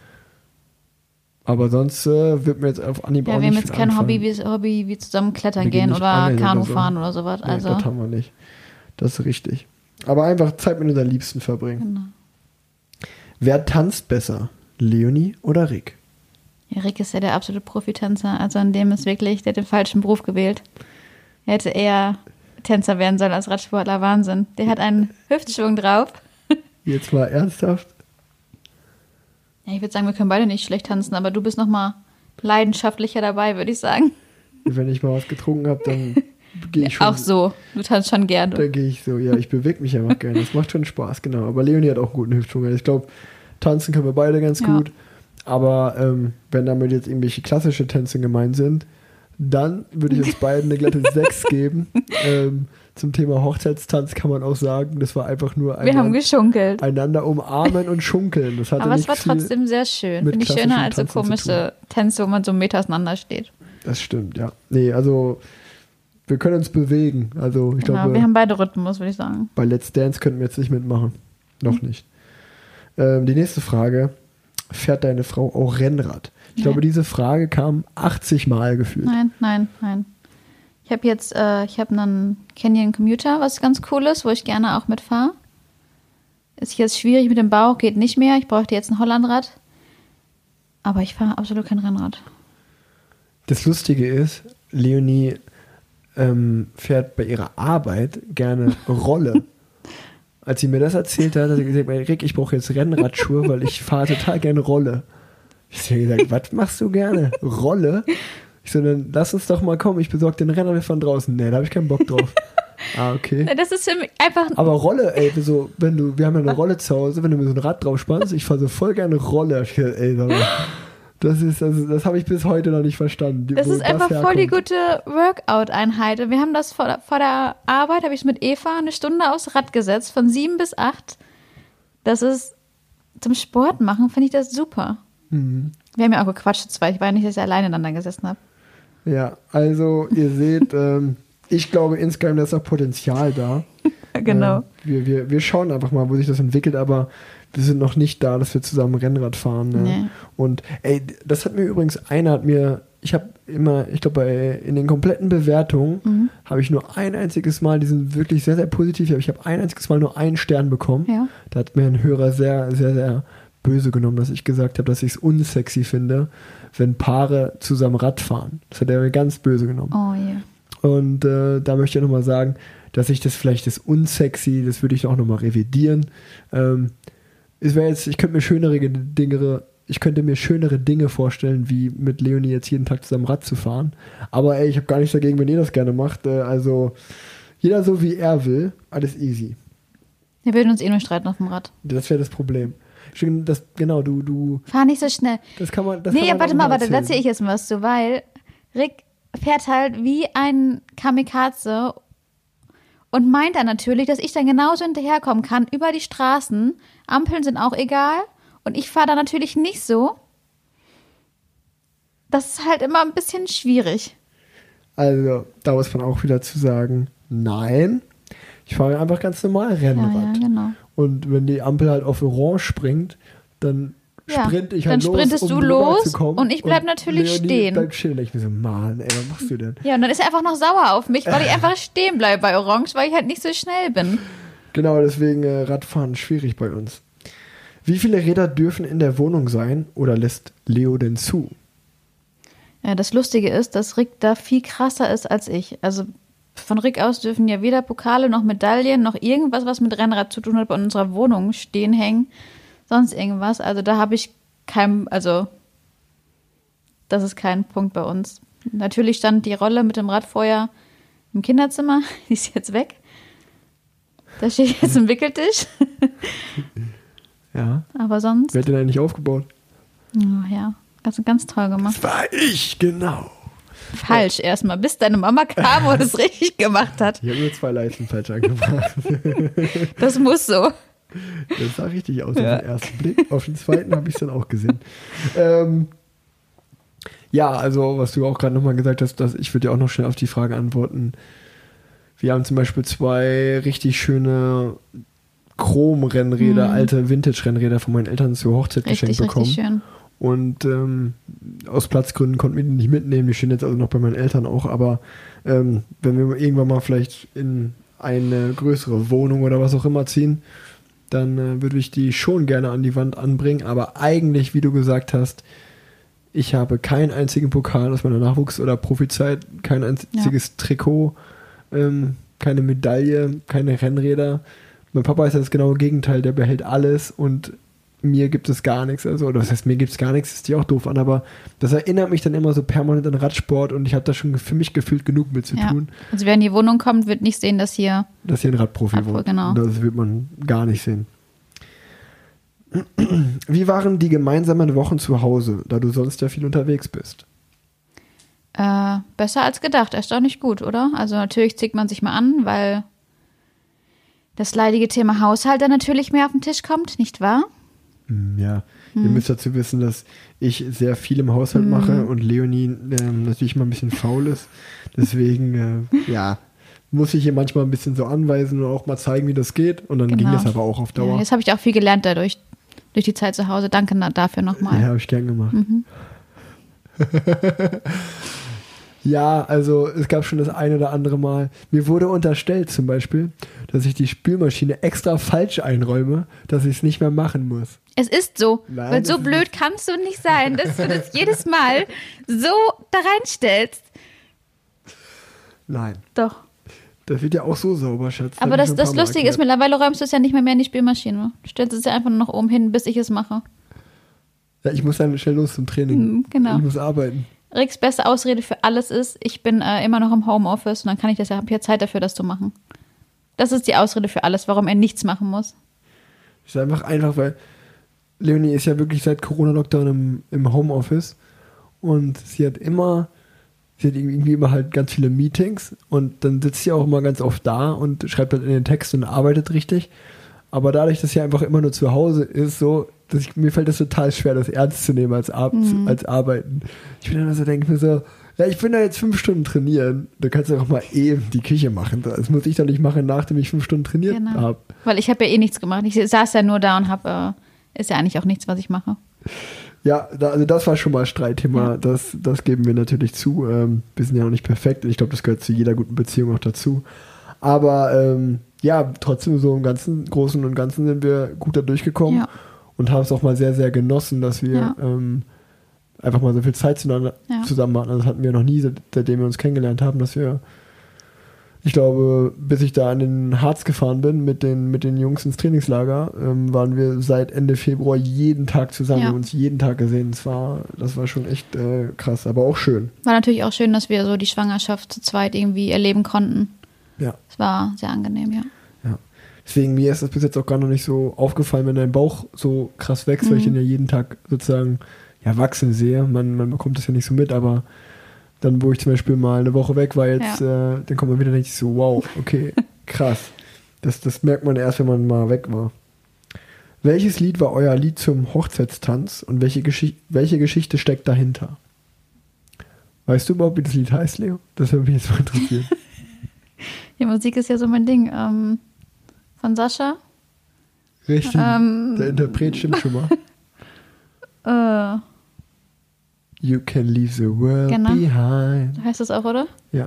Aber sonst äh, wird mir jetzt auf Anhieb ja, auch nicht wir haben jetzt kein Hobby wie, Hobby wie zusammen klettern wir gehen oder Kanu fahren oder, so. oder sowas. Also. Nee, das haben wir nicht. Das ist richtig. Aber einfach Zeit mit unseren Liebsten verbringen. Genau. Wer tanzt besser? Leonie oder Rick? Ja, Rick ist ja der absolute Profitänzer. Also an dem ist wirklich, der hat den falschen Beruf gewählt. Er hätte eher Tänzer werden sollen als Radsportler. Wahnsinn. Der hat einen Hüftschwung drauf. Jetzt mal ernsthaft? Ja, ich würde sagen, wir können beide nicht schlecht tanzen, aber du bist noch mal leidenschaftlicher dabei, würde ich sagen. Wenn ich mal was getrunken habe, dann gehe ich schon. Auch so, du tanzt schon gerne. Dann gehe ich so, ja, ich bewege mich einfach gerne. Das macht schon Spaß, genau. Aber Leonie hat auch einen guten Hüftschwung. Ich glaube, tanzen können wir beide ganz ja. gut. Aber ähm, wenn damit jetzt irgendwelche klassische Tänze gemeint sind, dann würde ich uns beiden eine glatte sechs geben. Ähm, zum Thema Hochzeitstanz kann man auch sagen, das war einfach nur wir haben geschunkelt. Einander umarmen und schunkeln. Das hatte aber nicht es war trotzdem sehr schön. Finde ich schöner als so komische Tänze, wo man so einen Meter auseinander steht. Das stimmt, ja. Nee, also wir können uns bewegen. Also ich genau, glaube, wir haben beide Rhythmus, würde ich sagen. Bei Let's Dance könnten wir jetzt nicht mitmachen. Noch mhm. nicht. Ähm, die nächste Frage. Fährt deine Frau auch Rennrad? Ich nein. glaube, diese Frage kam achtzig Mal gefühlt. Nein, nein, nein. Ich habe jetzt, äh, ich habe einen Canyon Commuter, was ganz cool ist, wo ich gerne auch mitfahre. Ist jetzt schwierig mit dem Bauch, geht nicht mehr. Ich bräuchte jetzt ein Hollandrad. Aber ich fahre absolut kein Rennrad. Das Lustige ist, Leonie ähm, fährt bei ihrer Arbeit gerne Rolle. Als sie mir das erzählt hat, hat sie gesagt, Rick, ich brauche jetzt Rennradschuhe, weil ich fahre total gerne Rolle. Ich habe gesagt, was machst du gerne? Rolle? Ich so, dann lass uns doch mal kommen, ich besorge den Renner, wir fahren draußen. Nee, da habe ich keinen Bock drauf. Ah, okay. Das ist für mich einfach... Aber Rolle, ey, so, wenn du, wir haben ja eine Rolle zu Hause, wenn du mir so ein Rad drauf spannst, ich fahre so voll gerne Rolle. Ich dachte, ey, das ist, das, das habe ich bis heute noch nicht verstanden. Das ist einfach das voll die gute Workout-Einheit. Wir haben das vor, vor der Arbeit, habe ich mit Eva eine Stunde aufs Rad gesetzt, von sieben bis acht. Das ist, zum Sport machen, finde ich das super. Mhm. Wir haben ja auch gequatscht, zwei. Ich war ja nicht, dass ich alleine dann da gesessen habe. Ja, also ihr seht, ähm, ich glaube insgesamt, da ist noch Potenzial da. Genau. Äh, wir, wir, wir schauen einfach mal, wo sich das entwickelt, aber wir sind noch nicht da, dass wir zusammen Rennrad fahren. Ne? Nee. Und ey, das hat mir übrigens, einer hat mir, ich habe immer, ich glaube, bei in den kompletten Bewertungen Mhm. habe ich nur ein einziges Mal, die sind wirklich sehr, sehr positiv, aber ich habe ein einziges Mal nur einen Stern bekommen. Ja. Da hat mir ein Hörer sehr, sehr, sehr böse genommen, dass ich gesagt habe, dass ich es unsexy finde, wenn Paare zusammen Rad fahren. Das hat er mir ganz böse genommen. Oh je. Und äh, da möchte ich auch nochmal sagen, dass ich das vielleicht das unsexy, das würde ich auch nochmal revidieren. Ähm, es wäre jetzt, ich könnte mir schönere Dinge, ich könnte mir schönere Dinge vorstellen, wie mit Leonie jetzt jeden Tag zusammen Rad zu fahren. Aber ey, ich habe gar nichts dagegen, wenn ihr das gerne macht. Äh, also jeder so wie er will, alles easy. Wir würden uns eh nur streiten auf dem Rad. Das wäre das Problem. Stimmt, Das, genau, du, du, Fahr nicht so schnell. das kann man, das Nee, kann man warte auch mal, warte, da erzählen. erzähle ich jetzt mal was zu, weil Rick fährt halt wie ein Kamikaze und meint dann natürlich, dass ich dann genauso hinterherkommen kann über die Straßen. Ampeln sind auch egal und ich fahre da natürlich nicht so. Das ist halt immer ein bisschen schwierig. Also, da muss man auch wieder zu sagen, nein, ich fahre einfach ganz normal Rennrad. Ja, ja, genau. Und wenn die Ampel halt auf Orange springt, dann Ja, sprinte ich dann halt los, sprintest um du drüber los zu kommen. und ich bleib natürlich Leonie stehen. bleibt stehen. Und ich mir so, Mann, ey, was machst du denn? Ja, und dann ist er einfach noch sauer auf mich, weil ich einfach stehen bleibe bei Orange, weil ich halt nicht so schnell bin. Genau, deswegen äh, Radfahren schwierig bei uns. Wie viele Räder dürfen in der Wohnung sein oder lässt Leo denn zu? Ja, das Lustige ist, dass Rick da viel krasser ist als ich. Also von Rick aus dürfen ja weder Pokale noch Medaillen noch irgendwas, was mit Rennrad zu tun hat, bei unserer Wohnung stehen, hängen, sonst irgendwas. Also da habe ich kein, also das ist kein Punkt bei uns. Natürlich stand die Rolle mit dem Rad vorher im Kinderzimmer, die ist jetzt weg. Da steht jetzt ein Wickeltisch, Ja. aber sonst, Wer hat den eigentlich aufgebaut? oh, ja, ganz, ganz toll gemacht. Das war ich, genau. Falsch erstmal, bis deine Mama kam und es richtig gemacht hat. Ich habe nur zwei Leisten falsch angebracht. Das muss so. Das sah richtig aus ja. auf den ersten Blick. Auf den zweiten habe ich es dann auch gesehen. Ähm, ja, also was du auch gerade nochmal gesagt hast, dass ich würde ja auch noch schnell auf die Frage antworten. Wir haben zum Beispiel zwei richtig schöne Chrom-Rennräder, Mhm. alte Vintage-Rennräder von meinen Eltern zur Hochzeit Richtig, geschenkt bekommen. richtig schön. Und ähm, aus Platzgründen konnten wir die nicht mitnehmen. Die stehen jetzt also noch bei meinen Eltern auch. Aber ähm, wenn wir irgendwann mal vielleicht in eine größere Wohnung oder was auch immer ziehen, dann äh, würde ich die schon gerne an die Wand anbringen. Aber eigentlich, wie du gesagt hast, ich habe keinen einzigen Pokal aus meiner Nachwuchs- oder Profizeit, kein einziges ja. Trikot, ähm, keine Medaille, keine Rennräder. Mein Papa ist das genaue Gegenteil, der behält alles und mir gibt es gar nichts. Also, oder das heißt, mir gibt es gar nichts, ist die auch doof an, aber das erinnert mich dann immer so permanent an Radsport und ich habe da schon für mich gefühlt genug mit zu Ja. tun. Also wer in die Wohnung kommt, wird nicht sehen, dass hier Dass hier ein Radprofi Radpro- wohnt. genau. Das wird man gar nicht sehen. Wie waren die gemeinsamen Wochen zu Hause, da du sonst ja viel unterwegs bist? äh, besser als gedacht, erstaunlich gut, oder? Also natürlich zieht man sich mal an, weil das leidige Thema Haushalt dann natürlich mehr auf den Tisch kommt, nicht wahr? Ja, ihr müsst dazu wissen, dass ich sehr viel im Haushalt mache und Leonie ähm, natürlich mal ein bisschen faul ist. Deswegen, äh, ja, muss ich ihr manchmal ein bisschen so anweisen und auch mal zeigen, wie das geht. Und dann Genau. ging das aber auch auf Ja, Dauer. jetzt habe ich auch viel gelernt dadurch, durch die Zeit zu Hause. Danke na- dafür nochmal. Ja, habe ich gern gemacht. Ja, also es gab schon das ein oder andere Mal. Mir wurde unterstellt zum Beispiel, dass ich die Spülmaschine extra falsch einräume, dass ich es nicht mehr machen muss. Es ist so, Nein, weil so das ist blöd kannst du nicht sein, dass du das jedes Mal so da reinstellst. Nein, Doch. das wird ja auch so sauber, Schatz. Aber das, das Lustige ist, mittlerweile räumst du es ja nicht mehr, mehr in die Spülmaschine. Du stellst es ja einfach nur noch oben hin, bis ich es mache. Ja, ich muss dann schnell los zum Training. Mhm, genau. Ich muss arbeiten. Ricks beste Ausrede für alles ist, ich bin äh, immer noch im Homeoffice und dann kann ich das ja, habe ja Zeit dafür, das zu machen. Das ist die Ausrede für alles, warum er nichts machen muss. Es ist einfach einfach, weil Leonie ist ja wirklich seit Corona-Lockdown im, im Homeoffice und sie hat immer, sie hat irgendwie immer halt ganz viele Meetings und dann sitzt sie auch immer ganz oft da und schreibt halt in den Text und arbeitet richtig. Aber dadurch, dass sie einfach immer nur zu Hause ist, so das ich, mir fällt das total schwer, das ernst zu nehmen als, Ar- mhm. als Arbeiten. Ich bin dann so, denke mir so, ja, ich bin da jetzt fünf Stunden trainieren. Du kannst ja auch mal eben die Küche machen. Das muss ich doch nicht machen, nachdem ich fünf Stunden trainiert genau. habe. Weil ich habe ja eh nichts gemacht. Ich saß ja nur da und habe, äh, ist ja eigentlich auch nichts, was ich mache. Ja, da, also das war schon mal Streitthema. Ja. Das, das geben wir natürlich zu. Ähm, wir sind ja noch nicht perfekt. Ich glaube, das gehört zu jeder guten Beziehung auch dazu. Aber ähm, ja, trotzdem so im ganzen Großen und Ganzen sind wir gut da durchgekommen Ja. und haben es auch mal sehr, sehr genossen, dass wir Ja. ähm, einfach mal so viel Zeit zueinander, Ja. zusammen hatten. Das hatten wir noch nie, seit- seitdem wir uns kennengelernt haben, dass wir, ich glaube, bis ich da an den Harz gefahren bin mit den, mit den Jungs ins Trainingslager, ähm, waren wir seit Ende Februar jeden Tag zusammen. Ja. Wir haben uns jeden Tag gesehen. Das war, das war schon echt äh, krass, aber auch schön. War natürlich auch schön, dass wir so die Schwangerschaft zu zweit irgendwie erleben konnten. Ja. Es war sehr angenehm, ja. Ja. Deswegen, mir ist das bis jetzt auch gar noch nicht so aufgefallen, wenn dein Bauch so krass wächst, weil ich Mhm. den ja jeden Tag sozusagen ja, wachsen sehe. Man, man bekommt das ja nicht so mit, aber dann, wo ich zum Beispiel mal eine Woche weg war jetzt, äh, dann kommt man wieder und denkt sich so, wow, okay, krass. Das, das merkt man erst, wenn man mal weg war. Welches Lied war euer Lied zum Hochzeitstanz und welche, Geschicht- welche Geschichte steckt dahinter? Weißt du überhaupt, wie das Lied heißt, Leo? Das würde mich jetzt mal interessieren. Die Musik ist ja so mein Ding. Ähm, von Sascha. Richtig, Ähm, der Interpret stimmt schon mal. Äh, You can leave the world Genau. behind. heißt das auch, oder? Ja.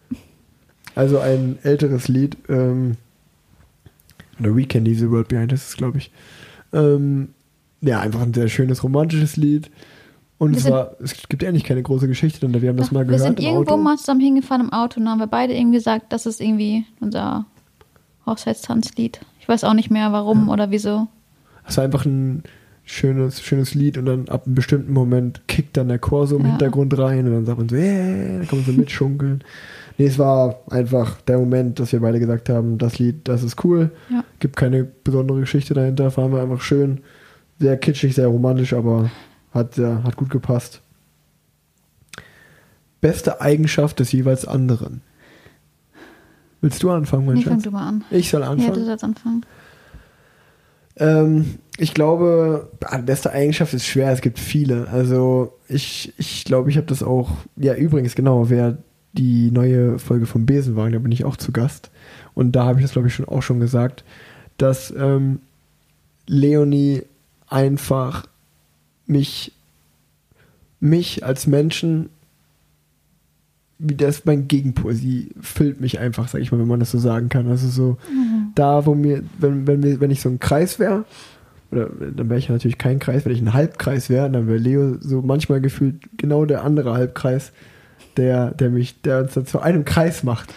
Also ein älteres Lied, ähm, oder We Can Leave the World Behind, das ist, glaube ich. Ähm, ja, einfach ein sehr schönes romantisches Lied. Und Wir es sind- war, es gibt eigentlich keine große Geschichte dahinter. Wir haben das Doch, mal wir gehört sind im irgendwo Auto. mal zusammen hingefahren im Auto und dann haben wir beide irgendwie gesagt, das ist irgendwie unser Hochzeitstanzlied. Ich weiß auch nicht mehr, warum oder wieso. Es war einfach ein schönes, schönes Lied und dann ab einem bestimmten Moment kickt dann der Chor so im Ja. Hintergrund rein und dann sagt man so, yeah, dann kann man so mitschunkeln. Nee, es war einfach der Moment, dass wir beide gesagt haben, das Lied, das ist cool. Ja. Gibt keine besondere Geschichte dahinter, fahren wir einfach schön. Sehr kitschig, sehr romantisch, aber hat, sehr, hat gut gepasst. Beste Eigenschaft des jeweils anderen. Willst du anfangen, mein Nee, fang Schatz? du mal an. Ich soll Ja, anfangen? du sollst anfangen. Ähm, ich glaube, ah, beste Eigenschaft ist schwer, es gibt viele. Also ich ich glaube, ich habe das auch, ja übrigens, genau, wer die neue Folge vom Besenwagen, da bin ich auch zu Gast. Und da habe ich das, glaube ich, schon auch schon gesagt, dass ähm, Leonie einfach mich, mich als Menschen, wie das ist mein Gegenpol, sie füllt mich einfach, sag ich mal, wenn man das so sagen kann. Also so, Mhm. da, wo mir, wenn, wenn, wir, wenn ich so ein Kreis wäre, oder dann wäre ich ja natürlich kein Kreis, wenn ich ein Halbkreis wäre, dann wäre Leo so manchmal gefühlt genau der andere Halbkreis, der, der mich, der uns dann zu einem Kreis macht.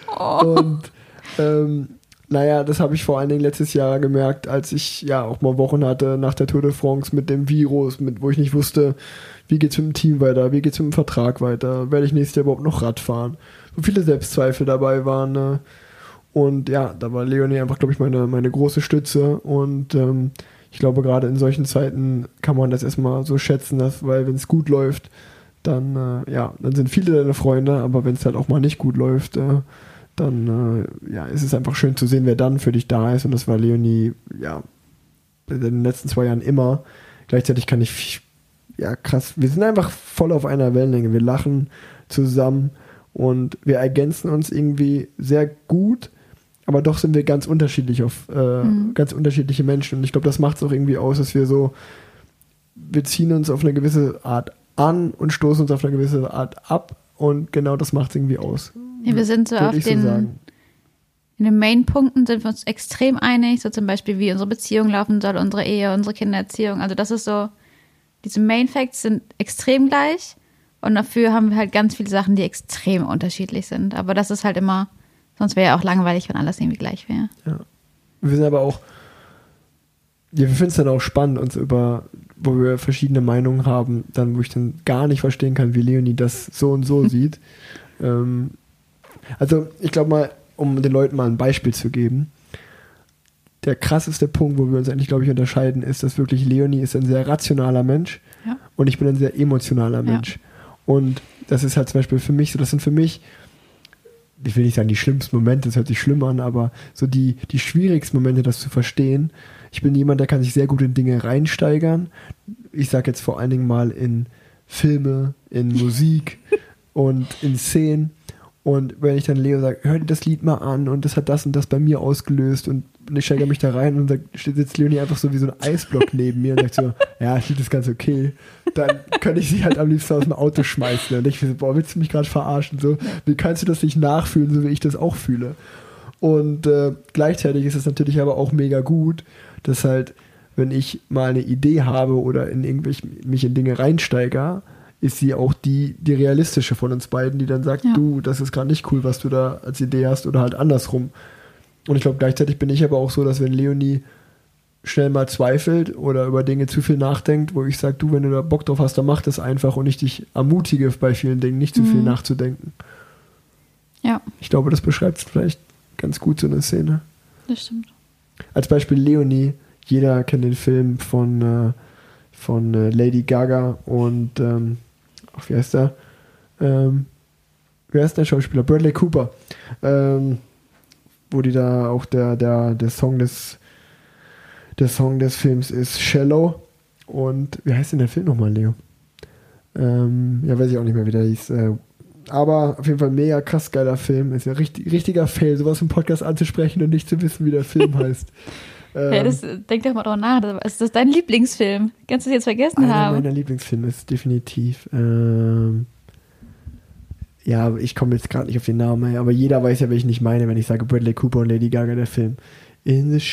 Und ähm, naja, das habe ich vor allen Dingen letztes Jahr gemerkt, als ich ja auch mal Wochen hatte nach der Tour de France mit dem Virus, mit, wo ich nicht wusste, wie geht's mit dem Team weiter, wie geht's mit dem Vertrag weiter, werde ich nächstes Jahr überhaupt noch Rad fahren. So viele Selbstzweifel dabei waren. Ne? Und ja, da war Leonie einfach, glaube ich, meine, meine große Stütze. Und ähm, ich glaube, gerade in solchen Zeiten kann man das erstmal so schätzen, dass, weil wenn es gut läuft, dann, äh, ja, dann sind viele deine Freunde, aber wenn es halt auch mal nicht gut läuft, äh, dann äh, ja, ist es einfach schön zu sehen, wer dann für dich da ist. Und das war Leonie, ja, in den letzten zwei Jahren immer. Gleichzeitig kann ich, ja, krass, wir sind einfach voll auf einer Wellenlänge. Wir lachen zusammen und wir ergänzen uns irgendwie sehr gut, aber doch sind wir ganz unterschiedlich auf, äh, Mhm. ganz unterschiedliche Menschen. Und ich glaube, das macht es auch irgendwie aus, dass wir so, wir ziehen uns auf eine gewisse Art an und stoßen uns auf eine gewisse Art ab. Und genau das macht es irgendwie aus. Ja, wir sind so Würde auf ich so den, sagen. in den Main-Punkten sind wir uns extrem einig, so zum Beispiel, wie unsere Beziehung laufen soll, unsere Ehe, unsere Kindererziehung. Also das ist so, diese Main-Facts sind extrem gleich und dafür haben wir halt ganz viele Sachen, die extrem unterschiedlich sind. Aber das ist halt immer, sonst wäre ja auch langweilig, wenn alles irgendwie gleich wäre. Ja. Wir sind aber auch, ja, wir finden es dann auch spannend, uns über, wo wir verschiedene Meinungen haben, dann, wo ich dann gar nicht verstehen kann, wie Leonie das so und so sieht. Ähm, also, ich glaube mal, um den Leuten mal ein Beispiel zu geben, der krasseste Punkt, wo wir uns eigentlich, glaube ich, unterscheiden, ist, dass wirklich Leonie ist ein sehr rationaler Mensch Ja. und ich bin ein sehr emotionaler Mensch. Und das ist halt zum Beispiel für mich so, das sind für mich ich will nicht sagen die schlimmsten Momente, das hört sich schlimm an, aber so die, die schwierigsten Momente, das zu verstehen. Ich bin jemand, der kann sich sehr gut in Dinge reinsteigern. Ich sag jetzt vor allen Dingen mal in Filme, in Musik und in Szenen. Und wenn ich dann Leo sage, hör dir das Lied mal an und das hat das und das bei mir ausgelöst und ich steigere mich da rein und dann sitzt Leonie einfach so wie so ein Eisblock neben mir und sagt so, ja, das Lied ist ganz okay. Dann könnte ich sie halt am liebsten aus dem Auto schmeißen. Und ich so, boah, willst du mich gerade verarschen? So, wie kannst du das nicht nachfühlen, so wie ich das auch fühle? Und äh, gleichzeitig ist es natürlich aber auch mega gut, dass halt, wenn ich mal eine Idee habe oder in irgendwelche, mich in Dinge reinsteige, ist sie auch die, die realistische von uns beiden, die dann sagt, ja. du, das ist gerade nicht cool, was du da als Idee hast oder halt andersrum. Und ich glaube, gleichzeitig bin ich aber auch so, dass wenn Leonie schnell mal zweifelt oder über Dinge zu viel nachdenkt, wo ich sage, du, wenn du da Bock drauf hast, dann mach das einfach und ich dich ermutige, bei vielen Dingen nicht zu viel mhm. nachzudenken. Ja. Ich glaube, das beschreibt vielleicht ganz gut so eine Szene. Das stimmt. Als Beispiel Leonie, jeder kennt den Film von, äh, von äh, Lady Gaga und ähm, ach, wie heißt der? Ähm, wer ist der Schauspieler? Bradley Cooper. Ähm, wo die da auch der, der, der Song des der Song des Films ist Shallow. Und wie heißt denn der Film nochmal, Leo? Ähm, ja, weiß ich auch nicht mehr, wie der hieß. Äh, aber auf jeden Fall mega krass geiler Film. Ist ja richtig, richtiger Fail, sowas im Podcast anzusprechen und nicht zu wissen, wie der Film heißt. ähm, hey, das, denk doch mal drüber nach. Ist das dein Lieblingsfilm? Kannst du das jetzt vergessen einer haben? Meiner Lieblingsfilme ist definitiv ähm, ja, ich komme jetzt gerade nicht auf den Namen, aber jeder weiß ja, welchen ich meine, wenn ich sage Bradley Cooper und Lady Gaga, der Film. In the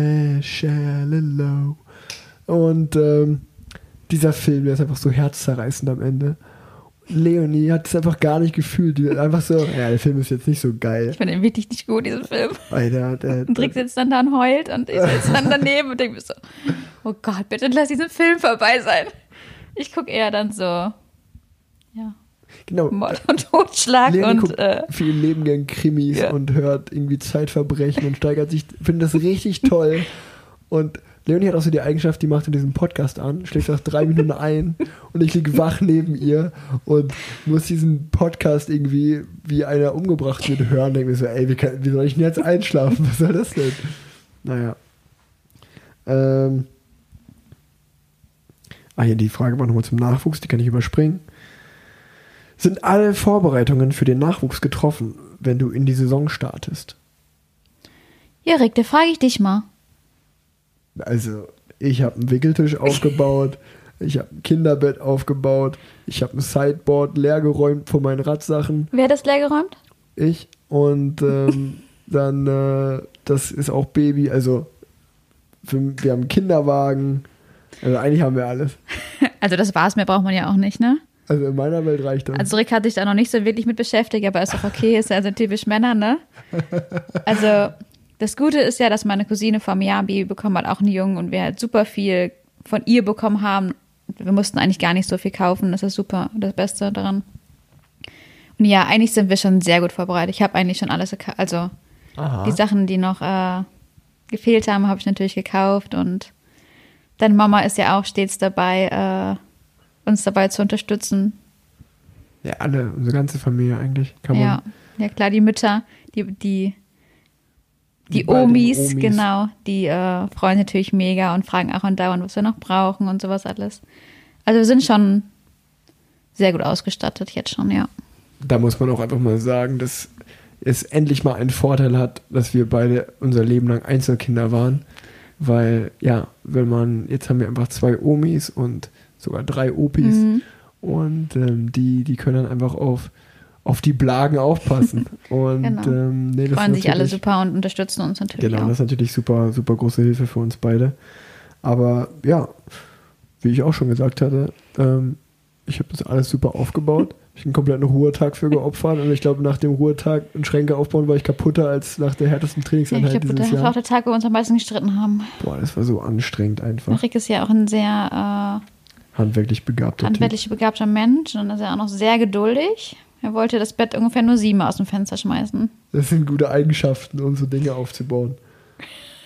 shallow. Und ähm, dieser Film, der ist einfach so herzzerreißend am Ende. Leonie hat es einfach gar nicht gefühlt. Die einfach so, ja, der Film ist jetzt nicht so geil. Ich finde ihn wirklich nicht gut, diesen Film. Alter, der, und Rick sitzt dann da und heult und ich sitze dann daneben und denke mir so, oh Gott, bitte lass diesen Film vorbei sein. Ich gucke eher dann so, ja. Genau. Mord und Totschlag Leonie und guckt äh, viel Lebengern Krimis ja. und hört irgendwie Zeitverbrechen und steigert sich, findet das richtig toll. Und Leonie hat auch so die Eigenschaft, die macht in diesem Podcast an, schlägt nach drei Minuten ein und ich liege wach neben ihr und muss diesen Podcast irgendwie, wie einer umgebracht wird, hören. Denke mir so, ey, wie, kann, wie soll ich denn jetzt einschlafen? Was soll das denn? Naja. Ähm. Ah, hier die Frage war nochmal zum Nachwuchs, die kann ich überspringen. Sind alle Vorbereitungen für den Nachwuchs getroffen, wenn du in die Saison startest? Ja, Rick, da frage ich dich mal. Also, ich habe einen Wickeltisch aufgebaut, ich habe ein Kinderbett aufgebaut, ich habe ein Sideboard leergeräumt von meinen Radsachen. Wer hat das leergeräumt? Ich. Und ähm, dann, äh, das ist auch Baby, also für, wir haben einen Kinderwagen, also eigentlich haben wir alles. Also das war's, mehr braucht man ja auch nicht, ne? Also in meiner Welt reicht das. Also Rick hat sich da noch nicht so wirklich mit beschäftigt, aber ist auch okay, ist ja so typisch Männer, ne? Also das Gute ist ja, dass meine Cousine vor einem Jahr ein Baby bekommen hat, auch einen Jungen, und wir halt super viel von ihr bekommen haben. Wir mussten eigentlich gar nicht so viel kaufen, das ist super, das Beste daran. Und ja, eigentlich sind wir schon sehr gut vorbereitet. Ich habe eigentlich schon alles gekauft, also Aha. die Sachen, die noch äh, gefehlt haben, habe ich natürlich gekauft, und deine Mama ist ja auch stets dabei, äh, uns dabei zu unterstützen. Ja, alle, unsere ganze Familie eigentlich. Kann man ja, ja klar, die Mütter, die, die, die, die Omis, Omis, genau, die äh, freuen sich natürlich mega und fragen auch andauernd, was wir noch brauchen und sowas alles. Also wir sind schon sehr gut ausgestattet jetzt schon, ja. Da muss man auch einfach mal sagen, dass es endlich mal einen Vorteil hat, dass wir beide unser Leben lang Einzelkinder waren. Weil, ja, wenn man, jetzt haben wir einfach zwei Omis und sogar drei Opis, mhm. und ähm, die, die können dann einfach auf, auf die Blagen aufpassen. Und genau. ähm, nee, das freuen sich alle super und unterstützen uns natürlich Genau, auch. das ist natürlich super, super große Hilfe für uns beide. Aber ja, wie ich auch schon gesagt hatte, ähm, ich habe das alles super aufgebaut. Ich habe einen kompletten Ruhetag für geopfert, und ich glaube, nach dem Ruhetag in Schränke aufbauen war ich kaputter als nach der härtesten Trainingseinheit ja, ich dieses glaub, Jahr. Das war auch der Tag, wo wir uns am meisten gestritten haben. Boah, das war so anstrengend einfach. Rick ist ja auch ein sehr äh, handwerklich begabter handwerklich Typ. begabter Mensch, und ist ja auch noch sehr geduldig. Er wollte das Bett ungefähr nur siebenmal aus dem Fenster schmeißen. Das sind gute Eigenschaften, um so Dinge aufzubauen.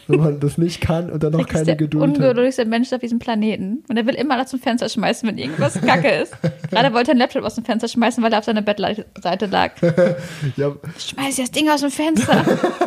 wenn man das nicht kann und dann noch keine der Geduld hat. ungeduldigste Mensch auf diesem Planeten. Und er will immer alles zum Fenster schmeißen, wenn irgendwas kacke ist. Gerade wollte er einen Laptop aus dem Fenster schmeißen, weil er auf seiner Bettseite lag. Ja. Schmeiß das Ding aus dem Fenster.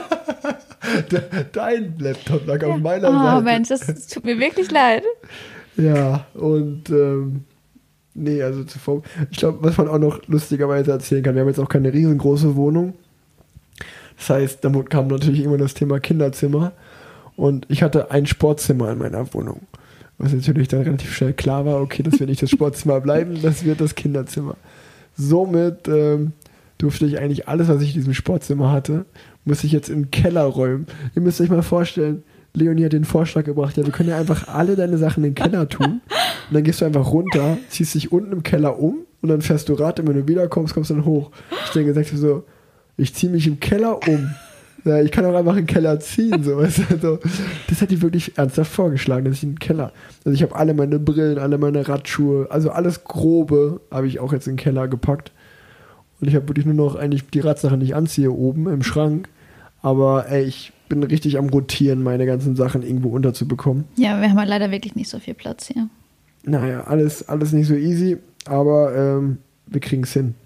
Dein Laptop lag ja. auf meiner oh, Seite. Oh Mensch, das tut mir wirklich leid. Ja, und ähm, nee, also zuvor, ich glaube, was man auch noch lustigerweise erzählen kann, wir haben jetzt auch keine riesengroße Wohnung. Das heißt, damit kam natürlich immer das Thema Kinderzimmer. Und ich hatte ein Sportzimmer in meiner Wohnung. Was natürlich dann relativ schnell klar war, okay, das wird nicht das Sportzimmer bleiben, das wird das Kinderzimmer. Somit ähm, durfte ich eigentlich alles, was ich in diesem Sportzimmer hatte, muss ich jetzt in den Keller räumen. Ihr müsst euch mal vorstellen, Leonie hat den Vorschlag gebracht, ja, wir können ja einfach alle deine Sachen in den Keller tun. Und dann gehst du einfach runter, ziehst dich unten im Keller um und dann fährst du Rad und wenn du wiederkommst, kommst du dann hoch. Ich denke, sagst du so, ich ziehe mich im Keller um. Ja, ich kann auch einfach in den Keller ziehen. So, weißt du? Also, das hat die wirklich ernsthaft vorgeschlagen, dass ich in den Keller. Also ich habe alle meine Brillen, alle meine Radschuhe, also alles Grobe habe ich auch jetzt in den Keller gepackt. Und ich habe wirklich nur noch eigentlich die Radsachen, die ich anziehe, oben im Schrank. Aber ey, ich bin richtig am Rotieren, meine ganzen Sachen irgendwo unterzubekommen. Ja, wir haben halt leider wirklich nicht so viel Platz hier. Naja, alles, alles nicht so easy, aber ähm, wir kriegen es hin.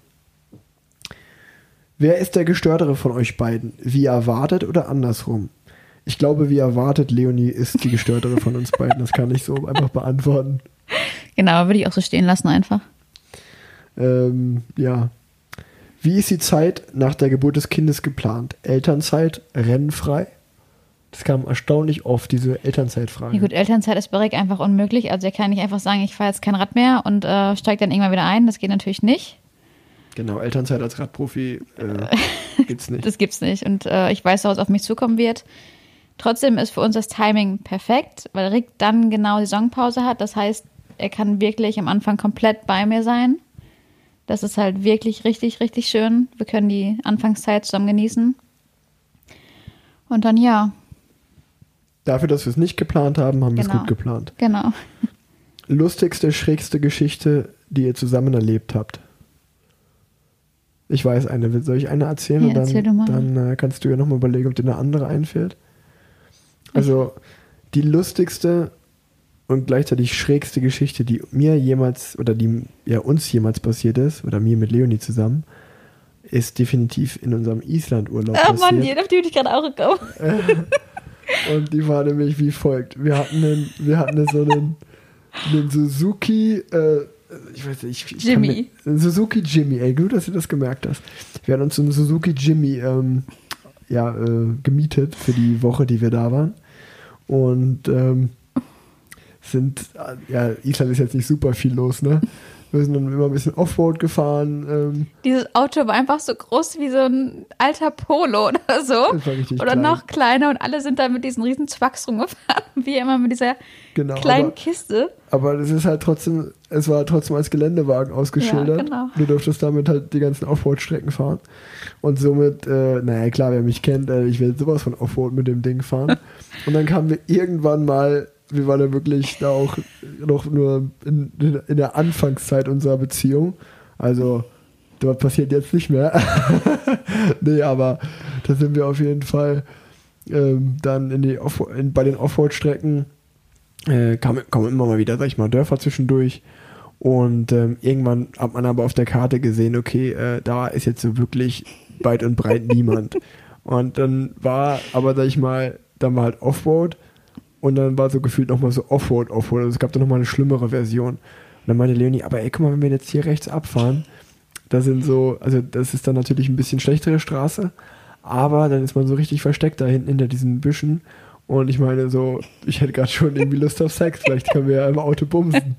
Wer ist der Gestörtere von euch beiden? Wie erwartet oder andersrum? Ich glaube, wie erwartet, Leonie ist die Gestörtere von uns beiden. Das kann ich so einfach beantworten. Genau, würde ich auch so stehen lassen einfach. Ähm, ja. Wie ist die Zeit nach der Geburt des Kindes geplant? Elternzeit, rennfrei? Das kam erstaunlich oft, diese Elternzeitfrage. Ja gut, Elternzeit ist bei Rick einfach unmöglich. Also er kann nicht einfach sagen, ich fahre jetzt kein Rad mehr und äh, steigt dann irgendwann wieder ein. Das geht natürlich nicht. Genau, Elternzeit als Radprofi äh, gibt's nicht. Das gibt's nicht. Und äh, ich weiß auch, was auf mich zukommen wird. Trotzdem ist für uns das Timing perfekt, weil Rick dann genau Saisonpause hat. Das heißt, er kann wirklich am Anfang komplett bei mir sein. Das ist halt wirklich richtig, richtig schön. Wir können die Anfangszeit zusammen genießen. Und dann ja. Dafür, dass wir es nicht geplant haben, haben wir es Genau. gut geplant. Genau. Lustigste, schrägste Geschichte, die ihr zusammen erlebt habt? Ich weiß eine. Soll ich eine erzählen? Ja, und dann, erzähl du mal. Dann äh, kannst du ja nochmal überlegen, ob dir eine andere einfällt. Also die lustigste und gleichzeitig schrägste Geschichte, die mir jemals oder die ja uns jemals passiert ist, oder mir mit Leonie zusammen, ist definitiv in unserem Island-Urlaub Oh passiert. Mann, die, auf die bin ich gerade auch gekommen. Und die war nämlich wie folgt. Wir hatten, einen, wir hatten so einen, einen Suzuki, äh, ich weiß nicht, ich, ich Jimmy. Kann, Suzuki Jimmy, ey, gut, dass du das gemerkt hast. Wir hatten uns so einen Suzuki Jimmy ähm, ja, äh, gemietet für die Woche, die wir da waren. Und ähm, sind, ja, Island ist jetzt nicht super viel los, ne? Wir sind dann immer ein bisschen Offroad gefahren. Ähm. Dieses Auto war einfach so groß wie so ein alter Polo oder so. Das war richtig oder klein. noch kleiner und alle sind da mit diesen riesen Zwacks rumgefahren, wie immer mit dieser Genau, kleinen aber, Kiste. Aber das ist halt trotzdem, es war trotzdem als Geländewagen ausgeschildert. Ja, genau. Du durftest damit halt die ganzen Offroad-Strecken fahren. Und somit, äh, naja, klar, wer mich kennt, äh, ich werde sowas von Offroad mit dem Ding fahren. Und dann kamen wir irgendwann mal, wir waren ja wirklich da auch noch nur in, in der Anfangszeit unserer Beziehung. Also, dort passiert jetzt nicht mehr. Nee, aber da sind wir auf jeden Fall ähm, dann in die Off- in, bei den Offroad-Strecken äh, kam, kommen immer mal wieder, sag ich mal, Dörfer zwischendurch. Und ähm, irgendwann hat man aber auf der Karte gesehen, okay, äh, da ist jetzt so wirklich weit und breit niemand. Und dann war aber, sag ich mal, dann war halt Offroad. Und dann war so gefühlt nochmal so Offroad, Offroad. Also es gab da nochmal eine schlimmere Version. Und dann meinte Leonie, aber ey, guck mal, wenn wir jetzt hier rechts abfahren, da sind so, also das ist dann natürlich ein bisschen schlechtere Straße, aber dann ist man so richtig versteckt da hinten hinter diesen Büschen. Und ich meine so, ich hätte gerade schon irgendwie Lust auf Sex, vielleicht können wir ja im Auto bumsen.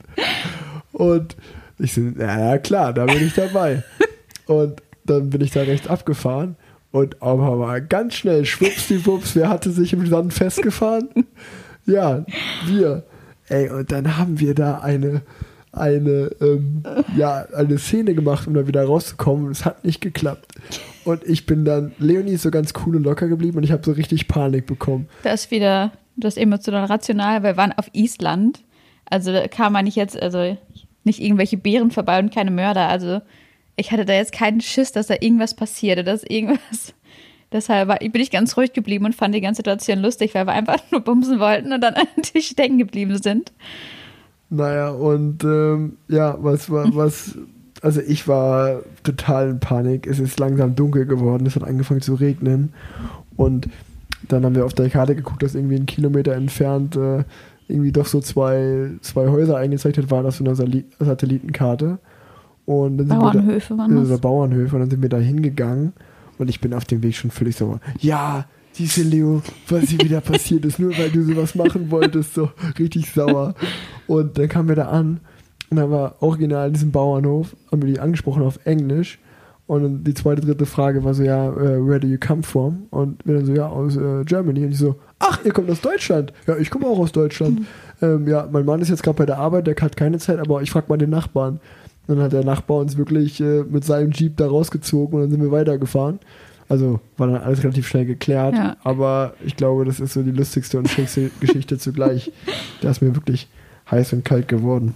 Und ich so, ja klar, da bin ich dabei. Und dann bin ich da rechts abgefahren. Und aber war ganz schnell, schwuppsdiwupps, wer hatte sich im Sand festgefahren? Ja, wir. Ey, und dann haben wir da eine, eine, ähm, ja, eine Szene gemacht, um da wieder rauszukommen. Es hat nicht geklappt. Und ich bin dann, Leonie ist so ganz cool und locker geblieben und ich habe so richtig Panik bekommen. Da ist wieder das emotional rational. Wir waren auf Island. Also da kam man nicht jetzt, also nicht irgendwelche Bären vorbei und keine Mörder. Also ich hatte da jetzt keinen Schiss, dass da irgendwas passiert oder dass irgendwas Deshalb war, bin ich ganz ruhig geblieben und fand die ganze Situation lustig, weil wir einfach nur bumsen wollten und dann an den Tisch stecken geblieben sind. Naja, und ähm, ja, was war, was, also ich war total in Panik. Es ist langsam dunkel geworden, es hat angefangen zu regnen. Und dann haben wir auf der Karte geguckt, dass irgendwie einen Kilometer entfernt äh, irgendwie doch so zwei, zwei Häuser eingezeichnet waren auf so einer Sali- Satellitenkarte. Und dann sind Bauernhöfe wir da, waren das? äh, Bauernhöfe, und dann sind wir da hingegangen und ich bin auf dem Weg schon völlig sauer. Ja, diese Leo, was hier wieder passiert ist, nur weil du sowas machen wolltest, so richtig sauer. Und dann kamen wir da an und dann war original in diesem Bauernhof, haben wir die angesprochen auf Englisch. Und dann die zweite, dritte Frage war so, ja, uh, where do you come from? Und wir dann so, ja, aus äh, Germany. Und ich so, ach, ihr kommt aus Deutschland? Ja, ich komme auch aus Deutschland. Mhm. Ähm, ja, mein Mann ist jetzt gerade bei der Arbeit, der hat keine Zeit, aber ich frage mal den Nachbarn. Und dann hat der Nachbar uns wirklich äh, mit seinem Jeep da rausgezogen und dann sind wir weitergefahren. Also war dann alles relativ schnell geklärt, ja. Aber ich glaube, das ist so die lustigste und schrägste Geschichte zugleich. Da ist mir wirklich heiß und kalt geworden.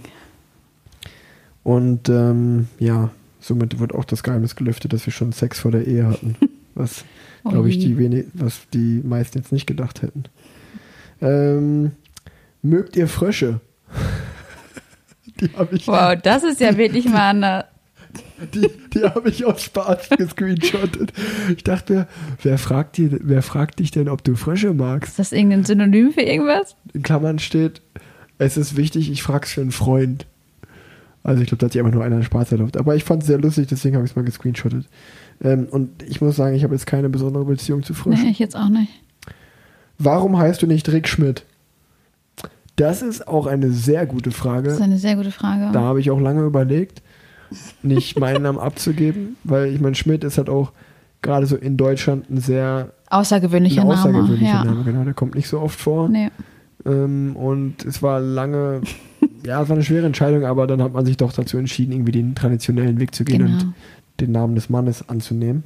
Und ähm, ja, somit wird auch das Geheimnis gelüftet, dass wir schon Sex vor der Ehe hatten. Was, oh glaube ich, die wenig, was die meisten jetzt nicht gedacht hätten. Ähm, mögt ihr Frösche? Die habe ich. Wow, das ist ja wirklich mal eine. Die, die habe ich aus Spaß gescreenshottet. Ich dachte mir, wer fragt, die, wer fragt dich denn, ob du Frösche magst? Ist das irgendein Synonym für irgendwas? In Klammern steht, es ist wichtig, ich frage es für einen Freund. Also ich glaube, da hat sich einfach nur einer Spaß erlaubt. Aber ich fand es sehr lustig, deswegen habe ich es mal gescreenshottet. Ähm, und ich muss sagen, ich habe jetzt keine besondere Beziehung zu Fröschen. Nee, ich jetzt auch nicht. Warum heißt du nicht Rick Schmidt? Das ist auch eine sehr gute Frage. Das ist eine sehr gute Frage. Da habe ich auch lange überlegt, nicht meinen Namen abzugeben, weil ich meine, Schmidt ist halt auch gerade so in Deutschland ein sehr außergewöhnlicher ein Name. Außergewöhnlicher Ja. Name, genau, der kommt nicht so oft vor. Nee. Ähm, und es war lange, ja, es war eine schwere Entscheidung, aber dann hat man sich doch dazu entschieden, irgendwie den traditionellen Weg zu gehen Genau. und den Namen des Mannes anzunehmen.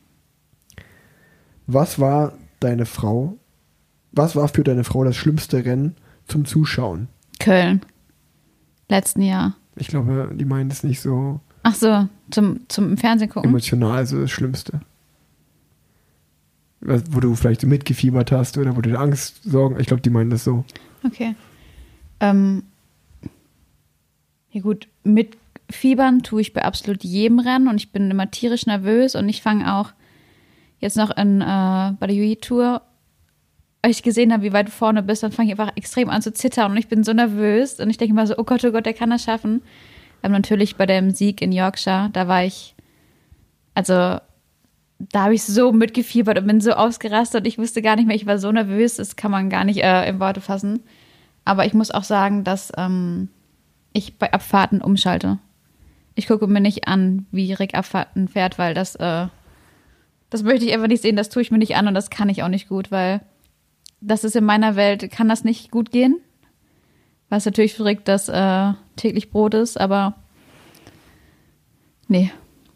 Was war deine Frau, was war für deine Frau das schlimmste Rennen zum Zuschauen? Köln. Letzten Jahr. Ich glaube, die meinen es nicht so Ach so, zum, zum im Fernsehen gucken. emotional, also das Schlimmste. Was- Wo du vielleicht so mitgefiebert hast oder wo du Angst, Sorgen, ich glaube, die meinen das so. Okay. Ähm, ja gut, mit Fiebern tue ich bei absolut jedem Rennen und ich bin immer tierisch nervös und ich fange auch jetzt noch in, äh, bei der U I Tour, als ich gesehen habe, wie weit du vorne bist, dann fange ich einfach extrem an zu zittern und ich bin so nervös und ich denke mal so, oh Gott, oh Gott, der kann das schaffen. Aber natürlich bei dem Sieg in Yorkshire, da war ich, also da habe ich so mitgefiebert und bin so ausgerastet und ich wusste gar nicht mehr, ich war so nervös, das kann man gar nicht äh, in Worte fassen. Aber ich muss auch sagen, dass ähm, ich bei Abfahrten umschalte. Ich gucke mir nicht an, wie Rick Abfahrten fährt, weil das, äh, das möchte ich einfach nicht sehen, das tue ich mir nicht an und das kann ich auch nicht gut, weil das ist in meiner Welt, kann das nicht gut gehen. Was natürlich für Rick das äh, täglich Brot ist, aber nee.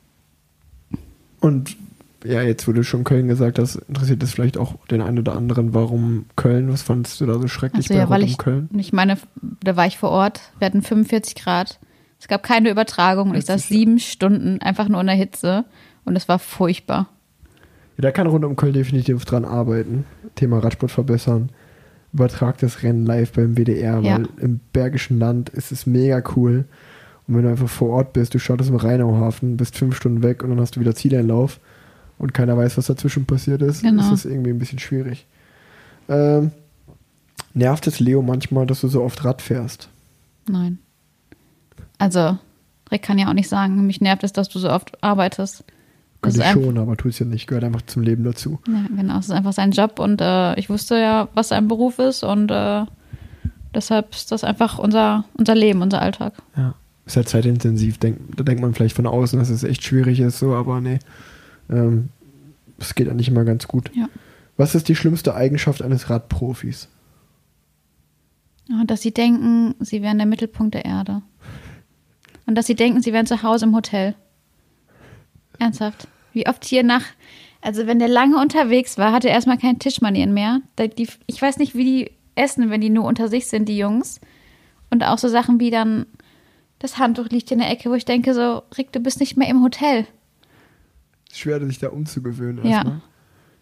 Und ja, jetzt, wo du schon Köln gesagt hast, interessiert es vielleicht auch den einen oder anderen, warum Köln? Was fandest du da so schrecklich Also bei ja, weil rund um ich, Köln? ich meine, da war ich vor Ort, wir hatten fünfundvierzig Grad, es gab keine Übertragung und ich Das saß ist ja- sieben Stunden einfach nur in der Hitze und es war furchtbar. Ja, da kann rund um Köln definitiv dran arbeiten. Thema Radsport verbessern. Übertrag das Rennen live beim W D R, Ja. weil im Bergischen Land ist es mega cool. Und wenn du einfach vor Ort bist, du startest im Rheinauhafen, bist fünf Stunden weg und dann hast du wieder Zieleinlauf und keiner weiß, was dazwischen passiert ist, Genau. ist das irgendwie ein bisschen schwierig. Ähm, nervt es Leo manchmal, dass du so oft Rad fährst? Nein. Also, Rick kann ja auch nicht sagen, mich nervt es, dass du so oft arbeitest. Das Könnte ist ich einfach- schon, aber tu es ja nicht. Gehört einfach zum Leben dazu. Ja, genau, es ist einfach sein Job und äh, ich wusste ja, was sein Beruf ist und äh, deshalb ist das einfach unser, unser Leben, unser Alltag. Ja. Ist halt zeitintensiv. Denk, da denkt man vielleicht von außen, dass es echt schwierig ist, so, aber nee. Ähm, es geht eigentlich immer ganz gut. Ja. Was ist die schlimmste Eigenschaft eines Radprofis? Ja, dass sie denken, sie wären der Mittelpunkt der Erde. Und dass sie denken, sie wären zu Hause im Hotel. Ernsthaft. Wie oft hier nach, also wenn der lange unterwegs war, hatte er erstmal keine Tischmanieren mehr. Da die, ich weiß nicht, wie die essen, wenn die nur unter sich sind, die Jungs. Und auch so Sachen wie dann, das Handtuch liegt in der Ecke, wo ich denke so, Rick, du bist nicht mehr im Hotel. Ist schwer, sich da umzugewöhnen Ja. erstmal.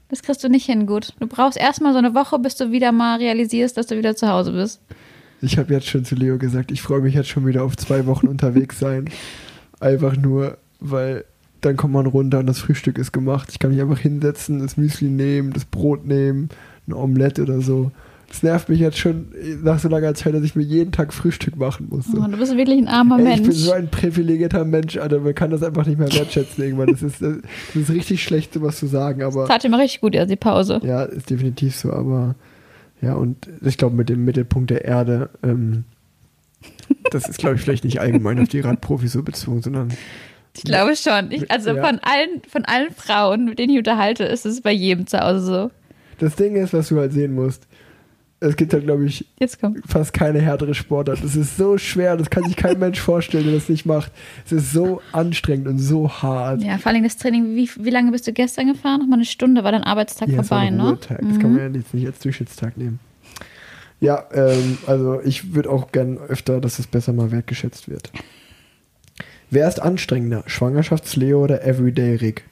Das kriegst du nicht hin, gut. Du brauchst erstmal so eine Woche, bis du wieder mal realisierst, dass du wieder zu Hause bist. Ich habe jetzt schon zu Leo gesagt, ich freue mich jetzt schon wieder auf zwei Wochen unterwegs sein. Einfach nur, weil dann kommt man runter und das Frühstück ist gemacht. Ich kann mich einfach hinsetzen, das Müsli nehmen, das Brot nehmen, ein Omelette oder so. Das nervt mich jetzt schon nach so langer Zeit, dass ich mir jeden Tag Frühstück machen muss. So. Oh, du bist wirklich ein armer Ey, Mensch. Ich bin so ein privilegierter Mensch, Alter. Man kann das einfach nicht mehr wertschätzen irgendwann. Das ist, das ist richtig schlecht, sowas zu sagen. Aber das tat dir mal richtig gut, ja, die Pause. ja, ist definitiv so. Aber ja, und ich glaube, mit dem Mittelpunkt der Erde, ähm, das ist, glaube ich, vielleicht nicht allgemein auf die Radprofis so bezogen, sondern Ich glaube schon. Ich, also Ja. von allen, von allen Frauen, mit denen ich unterhalte, ist es bei jedem zu Hause so. das Ding ist, was du halt sehen musst. Es gibt halt, glaube ich, Jetzt kommt. fast keine härtere Sportart. Das ist so schwer, das kann sich kein Mensch vorstellen, der das nicht macht. Es ist so anstrengend und so hart. Ja, vor allem das Training. Wie, wie lange bist du gestern gefahren? Noch mal eine Stunde, war dein Arbeitstag Ja, es war vorbei, ein ne? Ruhetag. Das kann man ja jetzt nicht als Durchschnittstag nehmen. Ja, ähm, also ich würde auch gern öfter, dass es besser mal wertgeschätzt wird. Wer ist anstrengender? Schwangerschaftsleo oder Everyday Rick?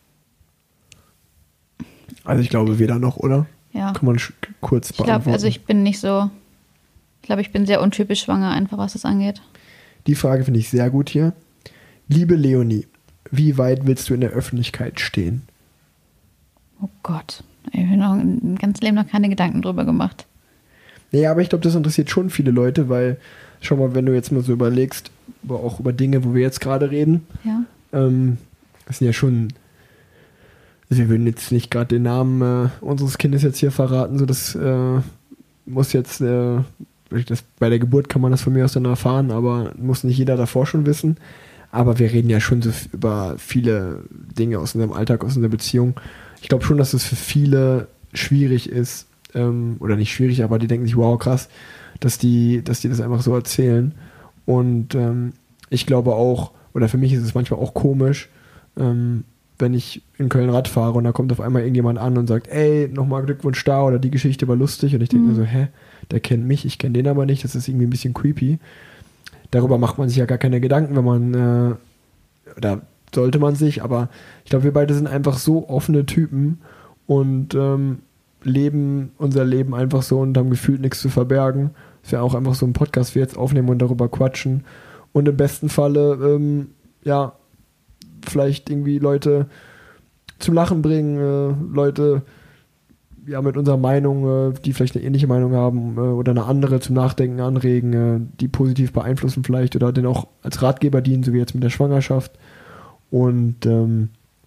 Also ich glaube weder noch, oder? Ja. Kann man sch- kurz Ich beantworten. glaube, also ich bin nicht so. Ich glaube, ich bin sehr untypisch schwanger, einfach was das angeht. Die Frage finde ich sehr gut hier. Liebe Leonie, wie weit willst du in der Öffentlichkeit stehen? Oh Gott. Ich habe noch ein ganzes Leben noch keine Gedanken drüber gemacht. Naja, aber ich glaube, das interessiert schon viele Leute, weil, schau mal, wenn du jetzt mal so überlegst, aber auch über Dinge, wo wir jetzt gerade reden, Ja. ähm, das sind ja schon, also wir würden jetzt nicht gerade den Namen äh, unseres Kindes jetzt hier verraten, so das äh, muss jetzt, äh, das, bei der Geburt kann man das von mir aus dann erfahren, aber muss nicht jeder davor schon wissen. Aber wir reden ja schon so f- über viele Dinge aus unserem Alltag, aus unserer Beziehung. Ich glaube schon, dass es für viele schwierig ist, ähm, oder nicht schwierig, aber die denken sich, wow, krass, dass die, dass die das einfach so erzählen. Und ähm, ich glaube auch, oder für mich ist es manchmal auch komisch, ähm, wenn ich in Köln Rad fahre und da kommt auf einmal irgendjemand an und sagt, ey, nochmal Glückwunsch da oder die Geschichte war lustig. Und ich denke Mhm. mir so, hä, der kennt mich, ich kenne den aber nicht, das ist irgendwie ein bisschen creepy. Darüber macht man sich ja gar keine Gedanken, wenn man, äh, oder sollte man sich, aber ich glaube, wir beide sind einfach so offene Typen und ähm, leben unser Leben einfach so und haben gefühlt nichts zu verbergen. Es wäre auch einfach so ein Podcast, wir jetzt aufnehmen und darüber quatschen und im besten Falle, ähm, ja, vielleicht irgendwie Leute zum Lachen bringen, äh, Leute ja mit unserer Meinung, äh, die vielleicht eine ähnliche Meinung haben äh, oder eine andere zum Nachdenken anregen, äh, die positiv beeinflussen vielleicht oder den auch als Ratgeber dienen, so wie jetzt mit der Schwangerschaft. Und ähm,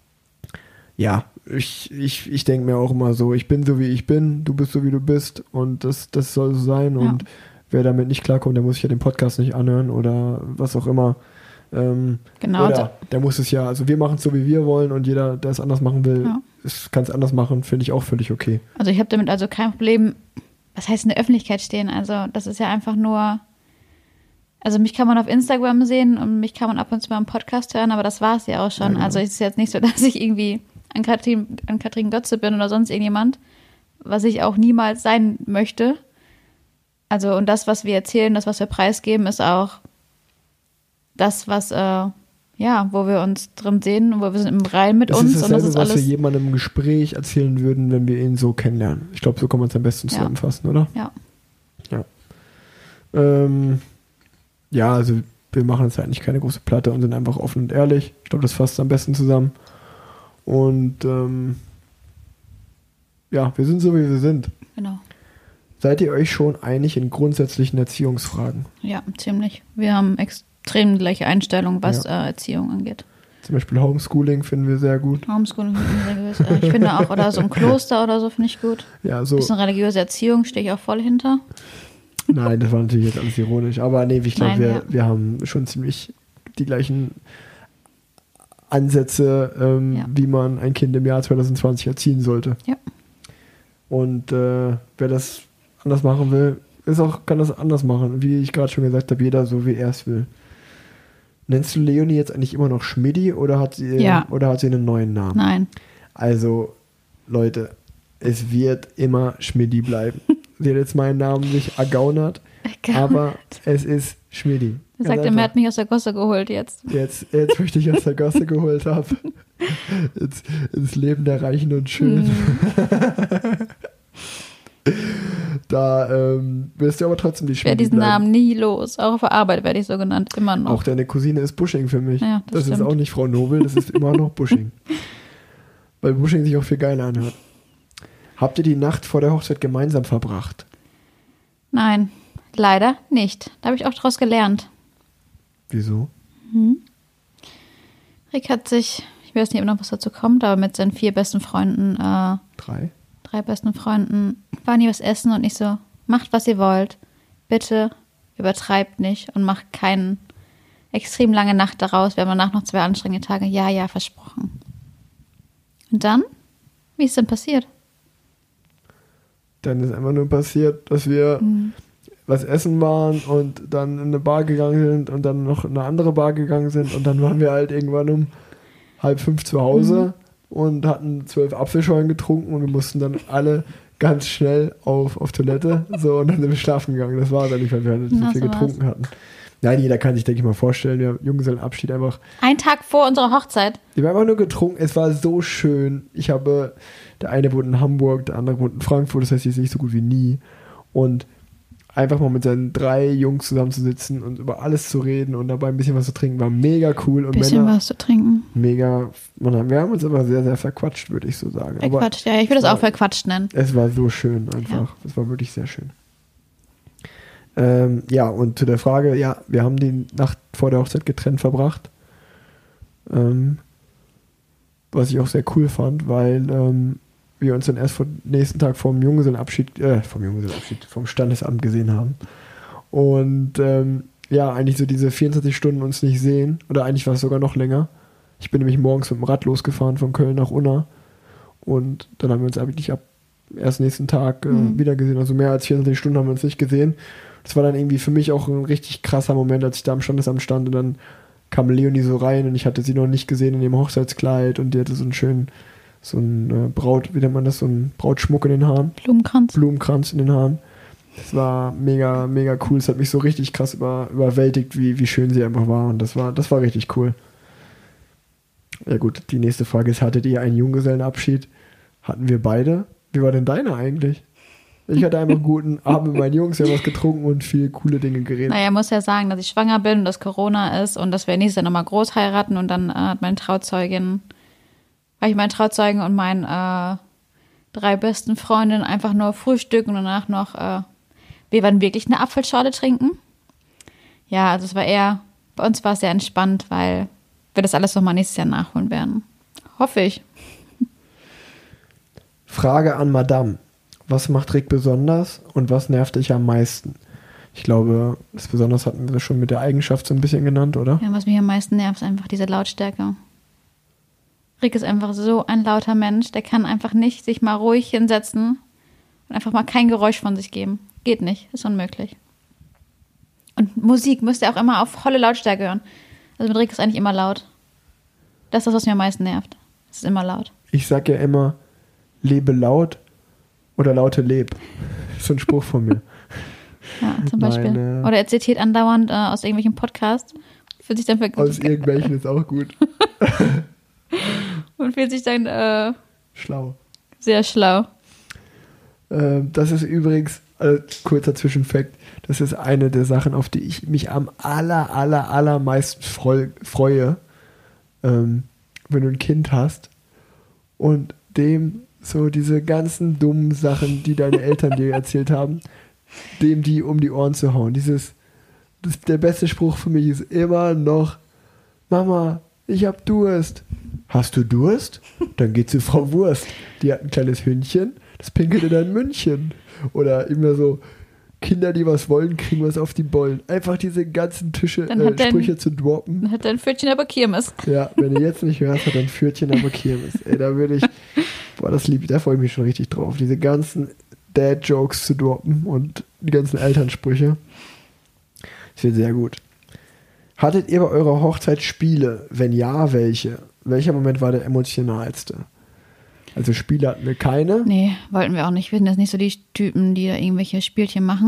ja, ich, ich, ich denke mir auch immer so, ich bin so wie ich bin, du bist so wie du bist und das, das soll so sein. Ja. Und wer damit nicht klarkommt, der muss sich ja den Podcast nicht anhören oder was auch immer. Ähm, Genau. oder der muss es ja, also wir machen es so, wie wir wollen und jeder, der es anders machen will, Ja. kann es anders machen, finde ich auch völlig okay. Also ich habe damit also kein Problem, was heißt in der Öffentlichkeit stehen? Also das ist ja einfach nur, also mich kann man auf Instagram sehen und mich kann man ab und zu mal im Podcast hören, aber das war es ja auch schon. Ja, genau. Also es ist jetzt nicht so, dass ich irgendwie an Katrin, an Katrin Götze bin oder sonst irgendjemand, was ich auch niemals sein möchte. Also und das, was wir erzählen, das, was wir preisgeben, ist auch das, was, äh, ja, wo wir uns drin sehen und wo wir sind im Rein mit Es uns ist und dasselbe, das ist was wir alles, jemandem im Gespräch erzählen würden, wenn wir ihn so kennenlernen. Ich glaube, so kann man es am besten Ja. zusammenfassen, oder? ja. Ähm, ja, also wir machen jetzt eigentlich keine große Platte und sind einfach offen und ehrlich. Ich glaube, das fasst am besten zusammen. Und ähm, ja, wir sind so, wie wir sind. Genau. Seid ihr euch schon einig in grundsätzlichen Erziehungsfragen? Ja, ziemlich. Wir haben extrem gleiche Einstellung, was äh, Erziehung angeht. Zum Beispiel Homeschooling finden wir sehr gut. Homeschooling finde ich sehr gewiss. Äh, Ich finde auch, oder so ein Kloster oder so finde ich gut. Ja, so. Bisschen religiöse Erziehung stehe ich auch voll hinter. Nein, das war natürlich jetzt alles ironisch. Aber nee, ich glaube, Nein, wir, ja. wir haben schon ziemlich die gleichen Ansätze, ähm, Ja. wie man ein Kind im Jahr zwanzig zwanzig erziehen sollte. Ja. Und äh, wer das anders machen will, ist auch, kann das anders machen. Wie ich gerade schon gesagt habe, jeder so, wie er es will. Nennst du Leonie jetzt eigentlich immer noch Schmidti oder hat sie, Ja. oder hat sie einen neuen Namen? Nein. Also, Leute, es wird immer Schmidti bleiben. Sie hat jetzt meinen Namen sich ergaunert. Gott. Aber es ist Schmidi. Er sagt, er hat mich aus der Gosse geholt jetzt. Jetzt, jetzt möchte ich aus der Gosse geholt habe. Ins, ins Leben der Reichen und Schönen. Mm. Da ähm, wirst du aber trotzdem die Schmidi. Ich werde diesen bleiben. Namen nie los. Auch auf der Arbeit werde ich so genannt. Immer noch. Auch deine Cousine ist Busching für mich. Ja, das das stimmt. ist auch nicht Frau Nobel, das ist immer noch Busching. Weil Busching sich auch viel geiler anhört. Habt ihr die Nacht vor der Hochzeit gemeinsam verbracht? Nein, leider nicht. Da habe ich auch draus gelernt. Wieso? Mhm. Rick hat sich, ich weiß nicht, ob noch was dazu kommt, aber mit seinen vier besten Freunden, äh, Drei? drei besten Freunden, waren die was essen und ich so, macht, was ihr wollt. Bitte übertreibt nicht und macht keine extrem lange Nacht daraus. Wir haben danach noch zwei anstrengende Tage. Ja, ja, versprochen. Und dann? Wie ist denn passiert? Dann ist einfach nur passiert, dass wir mhm. was essen waren und dann in eine Bar gegangen sind und dann noch in eine andere Bar gegangen sind und dann waren wir halt irgendwann um halb fünf zu Hause mhm. und hatten zwölf Apfelschorlen getrunken und wir mussten dann alle ganz schnell auf, auf Toilette so und dann sind wir schlafen gegangen. Das war dann nicht, weil wir halt so Na, viel so getrunken was. hatten. Nein, jeder kann sich, denke ich mal, vorstellen, wir haben Junggesellenabschied einfach. Ein Tag vor unserer Hochzeit. Wir haben einfach nur getrunken, es war so schön. Ich habe, der eine wohnt in Hamburg, der andere wohnt in Frankfurt, das heißt, ich sehe ich so gut wie nie. Und einfach mal mit seinen drei Jungs zusammenzusitzen und über alles zu reden und dabei ein bisschen was zu trinken, war mega cool. Und bisschen Männer, was zu trinken. Mega, man, wir haben uns aber sehr, sehr verquatscht, würde ich so sagen. Verquatscht, ja, ich würde es auch verquatscht nennen. Es war so schön einfach, es ja. war wirklich sehr schön. Ähm, ja, und zu der Frage, ja, wir haben die Nacht vor der Hochzeit getrennt verbracht. Ähm, was ich auch sehr cool fand, weil ähm, wir uns dann erst vor nächsten Tag vom Junggesellenabschied, äh, vom Junggesellenabschied, vom Standesamt gesehen haben. Und ähm, ja, eigentlich so diese vierundzwanzig Stunden uns nicht sehen, oder eigentlich war es sogar noch länger. Ich bin nämlich morgens mit dem Rad losgefahren von Köln nach Unna und dann haben wir uns eigentlich ab erst nächsten Tag äh, mhm. wieder gesehen. Also mehr als vierundzwanzig Stunden haben wir uns nicht gesehen. Das war dann irgendwie für mich auch ein richtig krasser Moment, als ich da am Standesamt stand und dann kam Leonie so rein und ich hatte sie noch nicht gesehen in ihrem Hochzeitskleid und die hatte so einen schönen, so einen äh, Braut, wie nennt man das, so einen Brautschmuck in den Haaren. Blumenkranz. Blumenkranz in den Haaren. Das war mega, mega cool. Es hat mich so richtig krass über, überwältigt, wie, wie schön sie einfach war und das war, das war richtig cool. Ja gut, die nächste Frage ist, hattet ihr einen Junggesellenabschied? Hatten wir beide? Wie war denn deiner eigentlich? Ich hatte einfach einen guten Abend mit meinen Jungs, wir haben was getrunken und viele coole Dinge geredet. Naja, muss ja sagen, dass ich schwanger bin und dass Corona ist und dass wir nächstes Jahr nochmal groß heiraten und dann äh, hat meine Trauzeugin, war ich mein Trauzeugen und meine äh, drei besten Freundinnen einfach nur frühstücken und danach noch, äh, wir werden wirklich eine Apfelschorle trinken. Ja, also es war eher, bei uns war es sehr entspannt, weil wir das alles nochmal nächstes Jahr nachholen werden. Hoffe ich. Frage an Madame. Was macht Rick besonders und was nervt dich am meisten? Ich glaube, das besonders hatten wir schon mit der Eigenschaft so ein bisschen genannt, oder? Ja, was mich am meisten nervt, ist einfach diese Lautstärke. Rick ist einfach so ein lauter Mensch, der kann einfach nicht sich mal ruhig hinsetzen und einfach mal kein Geräusch von sich geben. Geht nicht, ist unmöglich. Und Musik müsst ihr auch immer auf volle Lautstärke hören. Also mit Rick ist eigentlich immer laut. Das ist das, was mich am meisten nervt. Es ist immer laut. Ich sag ja immer, lebe laut oder laute leb. Das ist so ein Spruch von mir. Ja, zum Beispiel. Meine, oder er zitiert andauernd äh, aus irgendwelchen Podcasts. Fühlt sich dann für aus irgendwelchen ist auch gut. Und fühlt sich dann äh, schlau. Sehr schlau. Äh, das ist übrigens, äh, kurzer Zwischenfakt, das ist eine der Sachen, auf die ich mich am aller, aller, allermeisten freu, freue, ähm, wenn du ein Kind hast und dem so diese ganzen dummen Sachen, die deine Eltern dir erzählt haben, dem die um die Ohren zu hauen. Dieses, das, der beste Spruch für mich ist immer noch, Mama, ich hab Durst. Hast du Durst? Dann geh zu Frau Wurst. Die hat ein kleines Hündchen, das pinkelt in dein Mündchen. Oder immer so, Kinder, die was wollen, kriegen was auf die Bollen. Einfach diese ganzen Tische, äh, dein, Sprüche zu droppen. Dann hat dein Pfötchen aber Kirmes. Ja, wenn du jetzt nicht hörst, hat dein Pfötchen aber Kirmes. Ey, da würde ich, boah, das lieb, da freue ich mich schon richtig drauf. Diese ganzen Dad-Jokes zu droppen und die ganzen Elternsprüche. Das wird sehr gut. Hattet ihr bei eurer Hochzeit Spiele? Wenn ja, welche? Welcher Moment war der emotionalste? Also Spiele hatten wir keine. Nee, wollten wir auch nicht. Wir sind jetzt nicht so die Typen, die da irgendwelche Spielchen machen.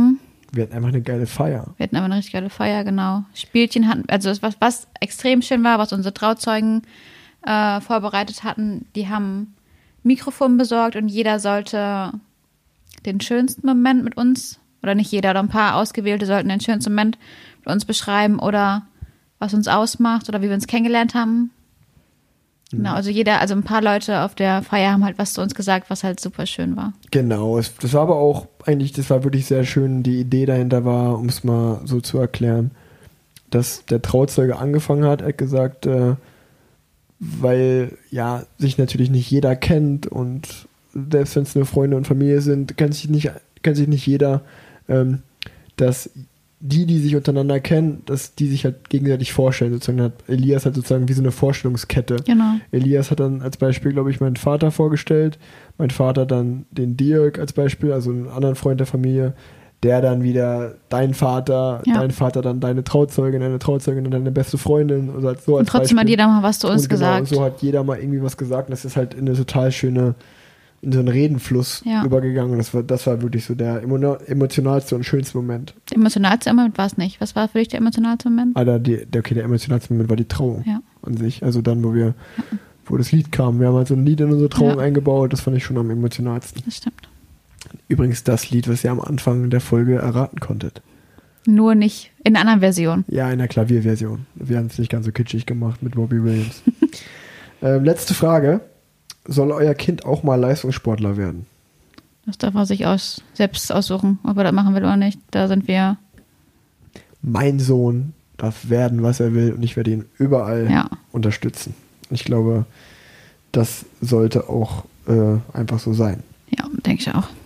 Wir hatten einfach eine geile Feier. Wir hatten aber eine richtig geile Feier, genau. Spielchen hatten, also was, was extrem schön war, was unsere Trauzeugen äh, vorbereitet hatten, die haben Mikrofon besorgt und jeder sollte den schönsten Moment mit uns, oder nicht jeder, oder ein paar Ausgewählte sollten den schönsten Moment mit uns beschreiben oder was uns ausmacht oder wie wir uns kennengelernt haben. Genau, also jeder, also ein paar Leute auf der Feier haben halt was zu uns gesagt, was halt super schön war. Genau, es, das war aber auch eigentlich, das war wirklich sehr schön. Die Idee dahinter war, um es mal so zu erklären, dass der Trauzeuge angefangen hat, er hat gesagt, äh, weil ja sich natürlich nicht jeder kennt und selbst wenn es nur Freunde und Familie sind, kennt sich nicht, kennt sich nicht jeder, ähm, dass die, die sich untereinander kennen, dass die sich halt gegenseitig vorstellen. Sozusagen hat Elias halt sozusagen wie so eine Vorstellungskette. Genau. Elias hat dann als Beispiel, glaube ich, meinen Vater vorgestellt, mein Vater dann den Dirk als Beispiel, also einen anderen Freund der Familie, der dann wieder dein Vater, Ja. dein Vater dann deine Trauzeugin, deine Trauzeugin und deine beste Freundin. Also als, so als Und trotzdem Beispiel. hat jeder mal was zu uns Und genau, gesagt. so hat jeder mal irgendwie was gesagt. Und das ist halt in eine total schöne, in so einen Redenfluss Ja. übergegangen. Und das war, das war wirklich so der emo- emotionalste und schönste Moment. Der emotionalste Moment war es nicht. Was war für dich der emotionalste Moment? Alter, die, der, okay, der emotionalste Moment war die Trauung Ja. an sich. Also dann, wo wir, wo das Lied kam. Wir haben halt so ein Lied in unsere Trauung Ja. eingebaut. Das fand ich schon am emotionalsten. Das stimmt. Übrigens das Lied, was ihr am Anfang der Folge erraten konntet. Nur nicht in einer anderen Version. Ja, in der Klavierversion. Wir haben es nicht ganz so kitschig gemacht mit Robbie Williams. ähm, letzte Frage. Soll euer Kind auch mal Leistungssportler werden? Das darf er sich aus, selbst aussuchen, ob er das machen will oder nicht. Da sind wir, Mein Sohn darf werden, was er will und ich werde ihn überall ja. unterstützen. Ich glaube, das sollte auch äh, einfach so sein. Ja, denke ich auch.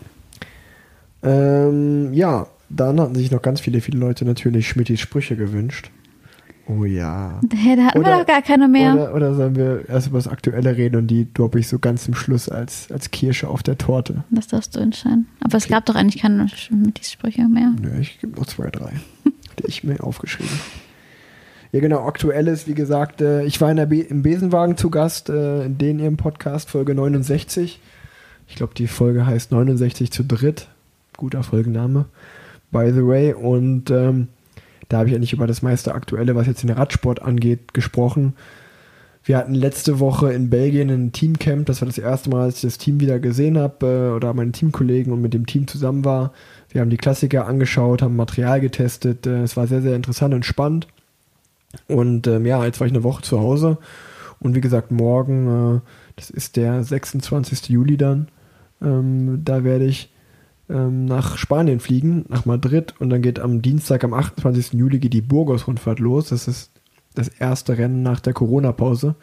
Ähm, ja, dann hatten sich noch ganz viele, viele Leute natürlich Schmittis Sprüche gewünscht. Oh ja. Hey, da hatten Oder- wir doch gar keine mehr. Oder, oder sollen wir erst über das Aktuelle reden und die droppe ich so ganz zum Schluss als, als Kirsche auf der Torte? Das darfst du entscheiden. Aber es gab doch eigentlich keine Schmittis-Sprüche mehr. Nö, ich gebe noch zwei, drei. Die ich mir aufgeschrieben. Ja, genau. Aktuelles, wie gesagt, äh, ich war in der Be- im Besenwagen zu Gast, äh, in den ihrem Podcast, Folge neunundsechzig. Ich glaube, die Folge heißt neunundsechzig zu dritt. Guter Folgenname, by the way. Und ähm, da habe ich eigentlich über das meiste Aktuelle, was jetzt den Radsport angeht, gesprochen. Wir hatten letzte Woche in Belgien ein Teamcamp. Das war das erste Mal, als ich das Team wieder gesehen habe äh, oder meine Teamkollegen und mit dem Team zusammen war. Wir haben die Klassiker angeschaut, haben Material getestet. Äh, es war sehr, sehr interessant und spannend. Und ähm, ja, jetzt war ich eine Woche zu Hause. Und wie gesagt, morgen, äh, das ist der sechsundzwanzigsten Juli dann, ähm, da werde ich ähm, nach Spanien fliegen, nach Madrid. Und dann geht am Dienstag, am achtundzwanzigsten Juli, geht die Burgos-Rundfahrt los. Das ist das erste Rennen nach der Corona-Pause.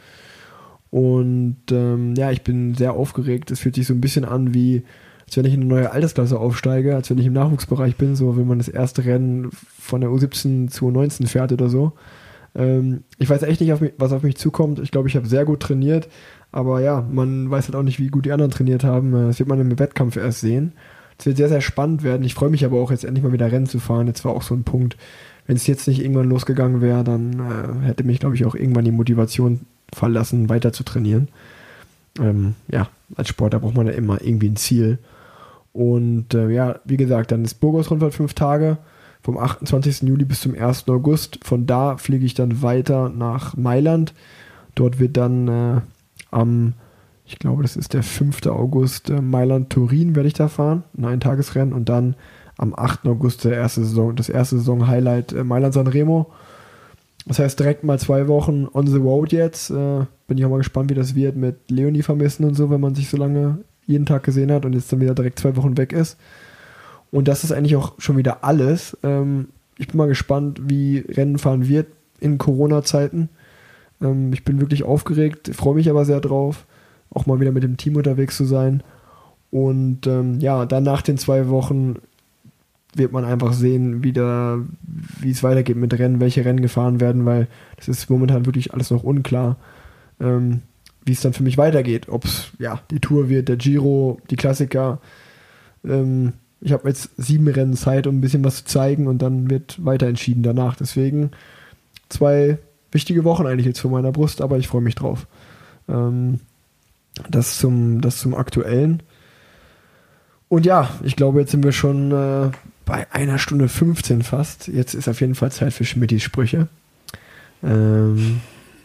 Und ähm, ja, ich bin sehr aufgeregt. Es fühlt sich so ein bisschen an wie, als wenn ich in eine neue Altersklasse aufsteige, als wenn ich im Nachwuchsbereich bin, so wenn man das erste Rennen von der U siebzehn zu U neunzehn fährt oder so. Ähm, ich weiß echt nicht, auf mich, was auf mich zukommt. Ich glaube, ich habe sehr gut trainiert, aber ja, man weiß halt auch nicht, wie gut die anderen trainiert haben. Das wird man im Wettkampf erst sehen. Es wird sehr, sehr spannend werden. Ich freue mich aber auch, jetzt endlich mal wieder Rennen zu fahren. Jetzt war auch so ein Punkt, wenn es jetzt nicht irgendwann losgegangen wäre, dann äh, hätte mich, glaube ich, auch irgendwann die Motivation verlassen, weiter zu trainieren. Ähm, ja, als Sportler braucht man ja immer irgendwie ein Ziel. Und äh, ja, wie gesagt, dann ist Burgos-Rundfahrt fünf Tage, vom achtundzwanzigsten Juli bis zum ersten August. Von da fliege ich dann weiter nach Mailand. Dort wird dann äh, am, ich glaube, das ist der fünften August, äh, Mailand-Turin werde ich da fahren, ein Eintagesrennen. Und dann am achten August der erste Saison, das erste Saison-Highlight äh, Mailand-San Remo. Das heißt, direkt mal zwei Wochen on the road jetzt. Äh, bin ich auch mal gespannt, wie das wird mit Leonie vermissen und so, wenn man sich so lange jeden Tag gesehen hat und jetzt dann wieder direkt zwei Wochen weg ist. Und das ist eigentlich auch schon wieder alles. Ähm, ich bin mal gespannt, wie Rennen fahren wird in Corona-Zeiten. Ähm, ich bin wirklich aufgeregt, freue mich aber sehr drauf, auch mal wieder mit dem Team unterwegs zu sein. Und ähm, ja, dann nach den zwei Wochen wird man einfach sehen, wieder, wie es weitergeht mit Rennen, welche Rennen gefahren werden, weil das ist momentan wirklich alles noch unklar, ähm, wie es dann für mich weitergeht. Ob es ja, die Tour wird, der Giro, die Klassiker. Ähm, ich habe jetzt sieben Rennen Zeit, um ein bisschen was zu zeigen und dann wird weiter entschieden danach. Deswegen zwei wichtige Wochen eigentlich jetzt vor meiner Brust, aber ich freue mich drauf. Ähm, das zum, das zum Aktuellen. Und ja, ich glaube, jetzt sind wir schon äh, bei einer Stunde fünfzehn fast. Jetzt ist auf jeden Fall Zeit für Schmittis Sprüche. Ähm,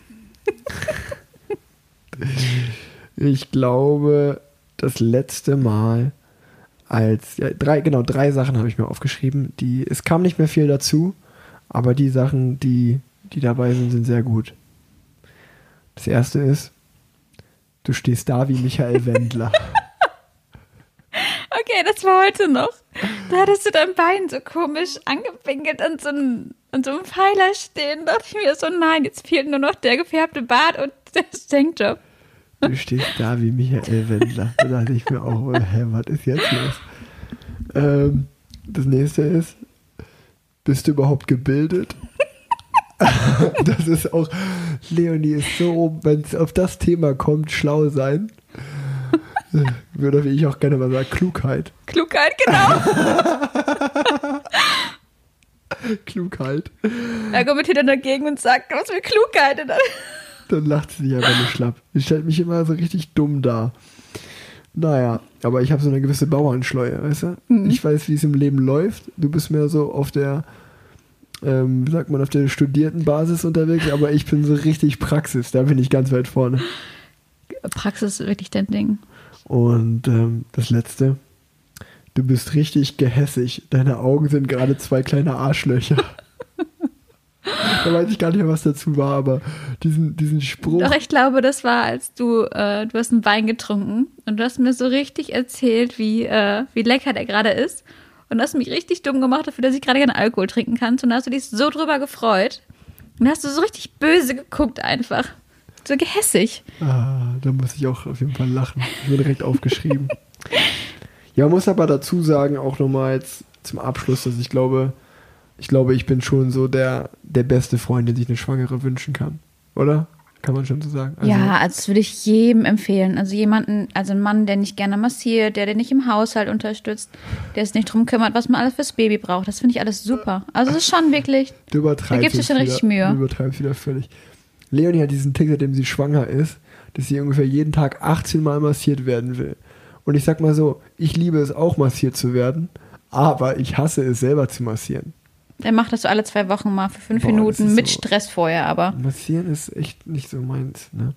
ich glaube, das letzte Mal als, ja, drei, genau, drei Sachen habe ich mir aufgeschrieben. Die, es kam nicht mehr viel dazu, aber die Sachen, die, die dabei sind, sind sehr gut. Das erste ist, du stehst da wie Michael Wendler. Okay, das war heute noch. Da hattest du dein Bein so komisch angepinkelt an so einem, an so einem Pfeiler stehen. Da dachte ich mir so, nein, jetzt fehlt nur noch der gefärbte Bart und der Tankjob. Du stehst da wie Michael Wendler. Da dachte ich mir auch, hä, was ist jetzt los? Ähm, das nächste ist, bist du überhaupt gebildet? Das ist auch, Leonie ist so, wenn es auf das Thema kommt, schlau sein. Würde ich auch gerne mal sagen, Klugheit. Klugheit, genau. Klugheit. Er argumentiert dann dagegen und sagt, was für Klugheit. Und dann Dann lacht sie sich einfach nur schlapp. Sie stellt mich immer so richtig dumm dar. Naja, aber ich habe so eine gewisse Bauernschleue, weißt du? Mhm. Ich weiß, wie es im Leben läuft. Du bist mehr so auf der, ähm, wie sagt man, auf der studierten Basis unterwegs, aber ich bin so richtig Praxis. Da bin ich ganz weit vorne. Praxis ist wirklich dein Ding. Und ähm, das Letzte, du bist richtig gehässig. Deine Augen sind gerade zwei kleine Arschlöcher. Da weiß ich gar nicht mehr, was dazu war, aber diesen, diesen Spruch. Doch, ich glaube, das war, als du, äh, du hast einen Wein getrunken und du hast mir so richtig erzählt, wie, äh, wie lecker der gerade ist. Und du hast mich richtig dumm gemacht dafür, dass ich gerade keinen Alkohol trinken kann. Und da hast du dich so drüber gefreut. Und da hast du so richtig böse geguckt einfach. So gehässig. Ah, da muss ich auch auf jeden Fall lachen. Ich bin direkt aufgeschrieben. Ja, man muss aber dazu sagen, auch nochmal jetzt zum Abschluss, dass ich glaube, ich glaube, ich bin schon so der, der beste Freund, den sich eine Schwangere wünschen kann. Oder? Kann man schon so sagen. Also, ja, also das würde ich jedem empfehlen. Also jemanden, also einen Mann, der nicht gerne massiert, der den nicht im Haushalt unterstützt, der sich nicht drum kümmert, was man alles fürs Baby braucht. Das finde ich alles super. Also es ist schon wirklich, du übertreibst da gibt es schon richtig Mühe. Du übertreibst wieder völlig. Leonie hat diesen Tick, seitdem sie schwanger ist, dass sie ungefähr jeden Tag achtzehn Mal massiert werden will. Und ich sag mal so, ich liebe es auch, massiert zu werden, aber ich hasse es, selber zu massieren. Der macht das so alle zwei Wochen mal für fünf Boah, Minuten mit so, Stress vorher, aber. Massieren ist echt nicht so meins, ne?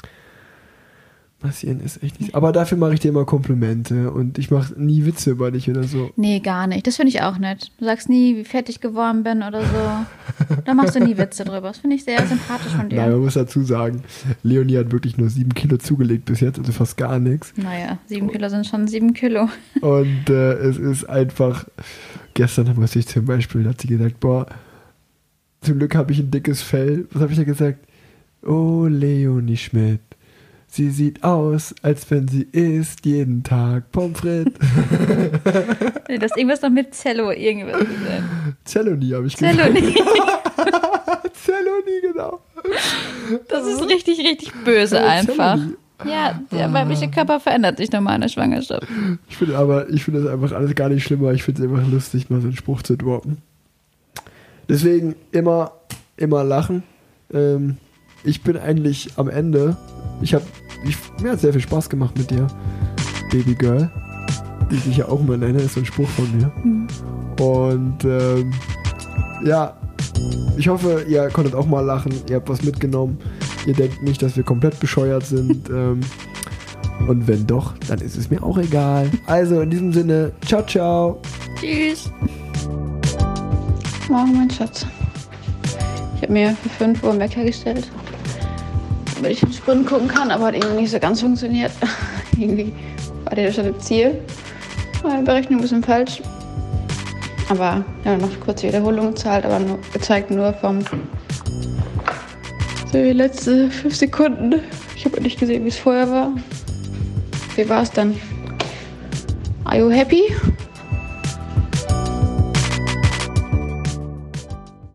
Massieren ist echt nicht. Aber dafür mache ich dir immer Komplimente und ich mache nie Witze über dich oder so. Nee, gar nicht. Das finde ich auch nett. Du sagst nie, wie fett ich geworden bin oder so. Da machst du nie Witze drüber. Das finde ich sehr sympathisch von dir. Nein, man muss dazu sagen, Leonie hat wirklich nur sieben Kilo zugelegt bis jetzt, also fast gar nichts. Naja, sieben Kilo sind schon sieben Kilo. Und äh, es ist einfach, gestern musste ich zum Beispiel, da hat sie gesagt, boah, zum Glück habe ich ein dickes Fell. Was habe ich da gesagt? Oh, Leonie Schmidt. Sie sieht aus, als wenn sie isst jeden Tag Pommes frites. Nee, das ist irgendwas noch mit Zello, irgendwas gesagt. Zellonie habe ich gesagt. Zellonie. Zellonie, genau. Das ist richtig, richtig böse Ja, einfach. Zellonie. Ja, der weibliche Körper verändert sich nochmal in der Schwangerschaft. Ich finde aber, ich finde das einfach alles gar nicht schlimmer. Ich finde es einfach lustig, mal so einen Spruch zu droppen. Deswegen immer, immer lachen. Ähm, ich bin eigentlich am Ende. Ich habe, ich, mir hat sehr viel Spaß gemacht mit dir, Baby Girl, die ich dich ja auch immer nenne, ist so ein Spruch von mir. Mhm. Und ähm, ja, ich hoffe, ihr konntet auch mal lachen, ihr habt was mitgenommen. Ihr denkt nicht, dass wir komplett bescheuert sind. ähm, und wenn doch, dann ist es mir auch egal. Also in diesem Sinne, ciao, ciao. Tschüss. Morgen, mein Schatz. Ich habe mir für fünf Uhr einen Wecker gestellt, damit ich den Sprint gucken kann, aber hat irgendwie nicht so ganz funktioniert. Irgendwie war der schon im Ziel. Meine Berechnung ein bisschen falsch. Aber ja, noch kurze Wiederholung gezahlt, aber nur, gezeigt nur vom so die letzten fünf Sekunden. Ich habe nicht gesehen, wie es vorher war. Wie war es dann? Are you happy?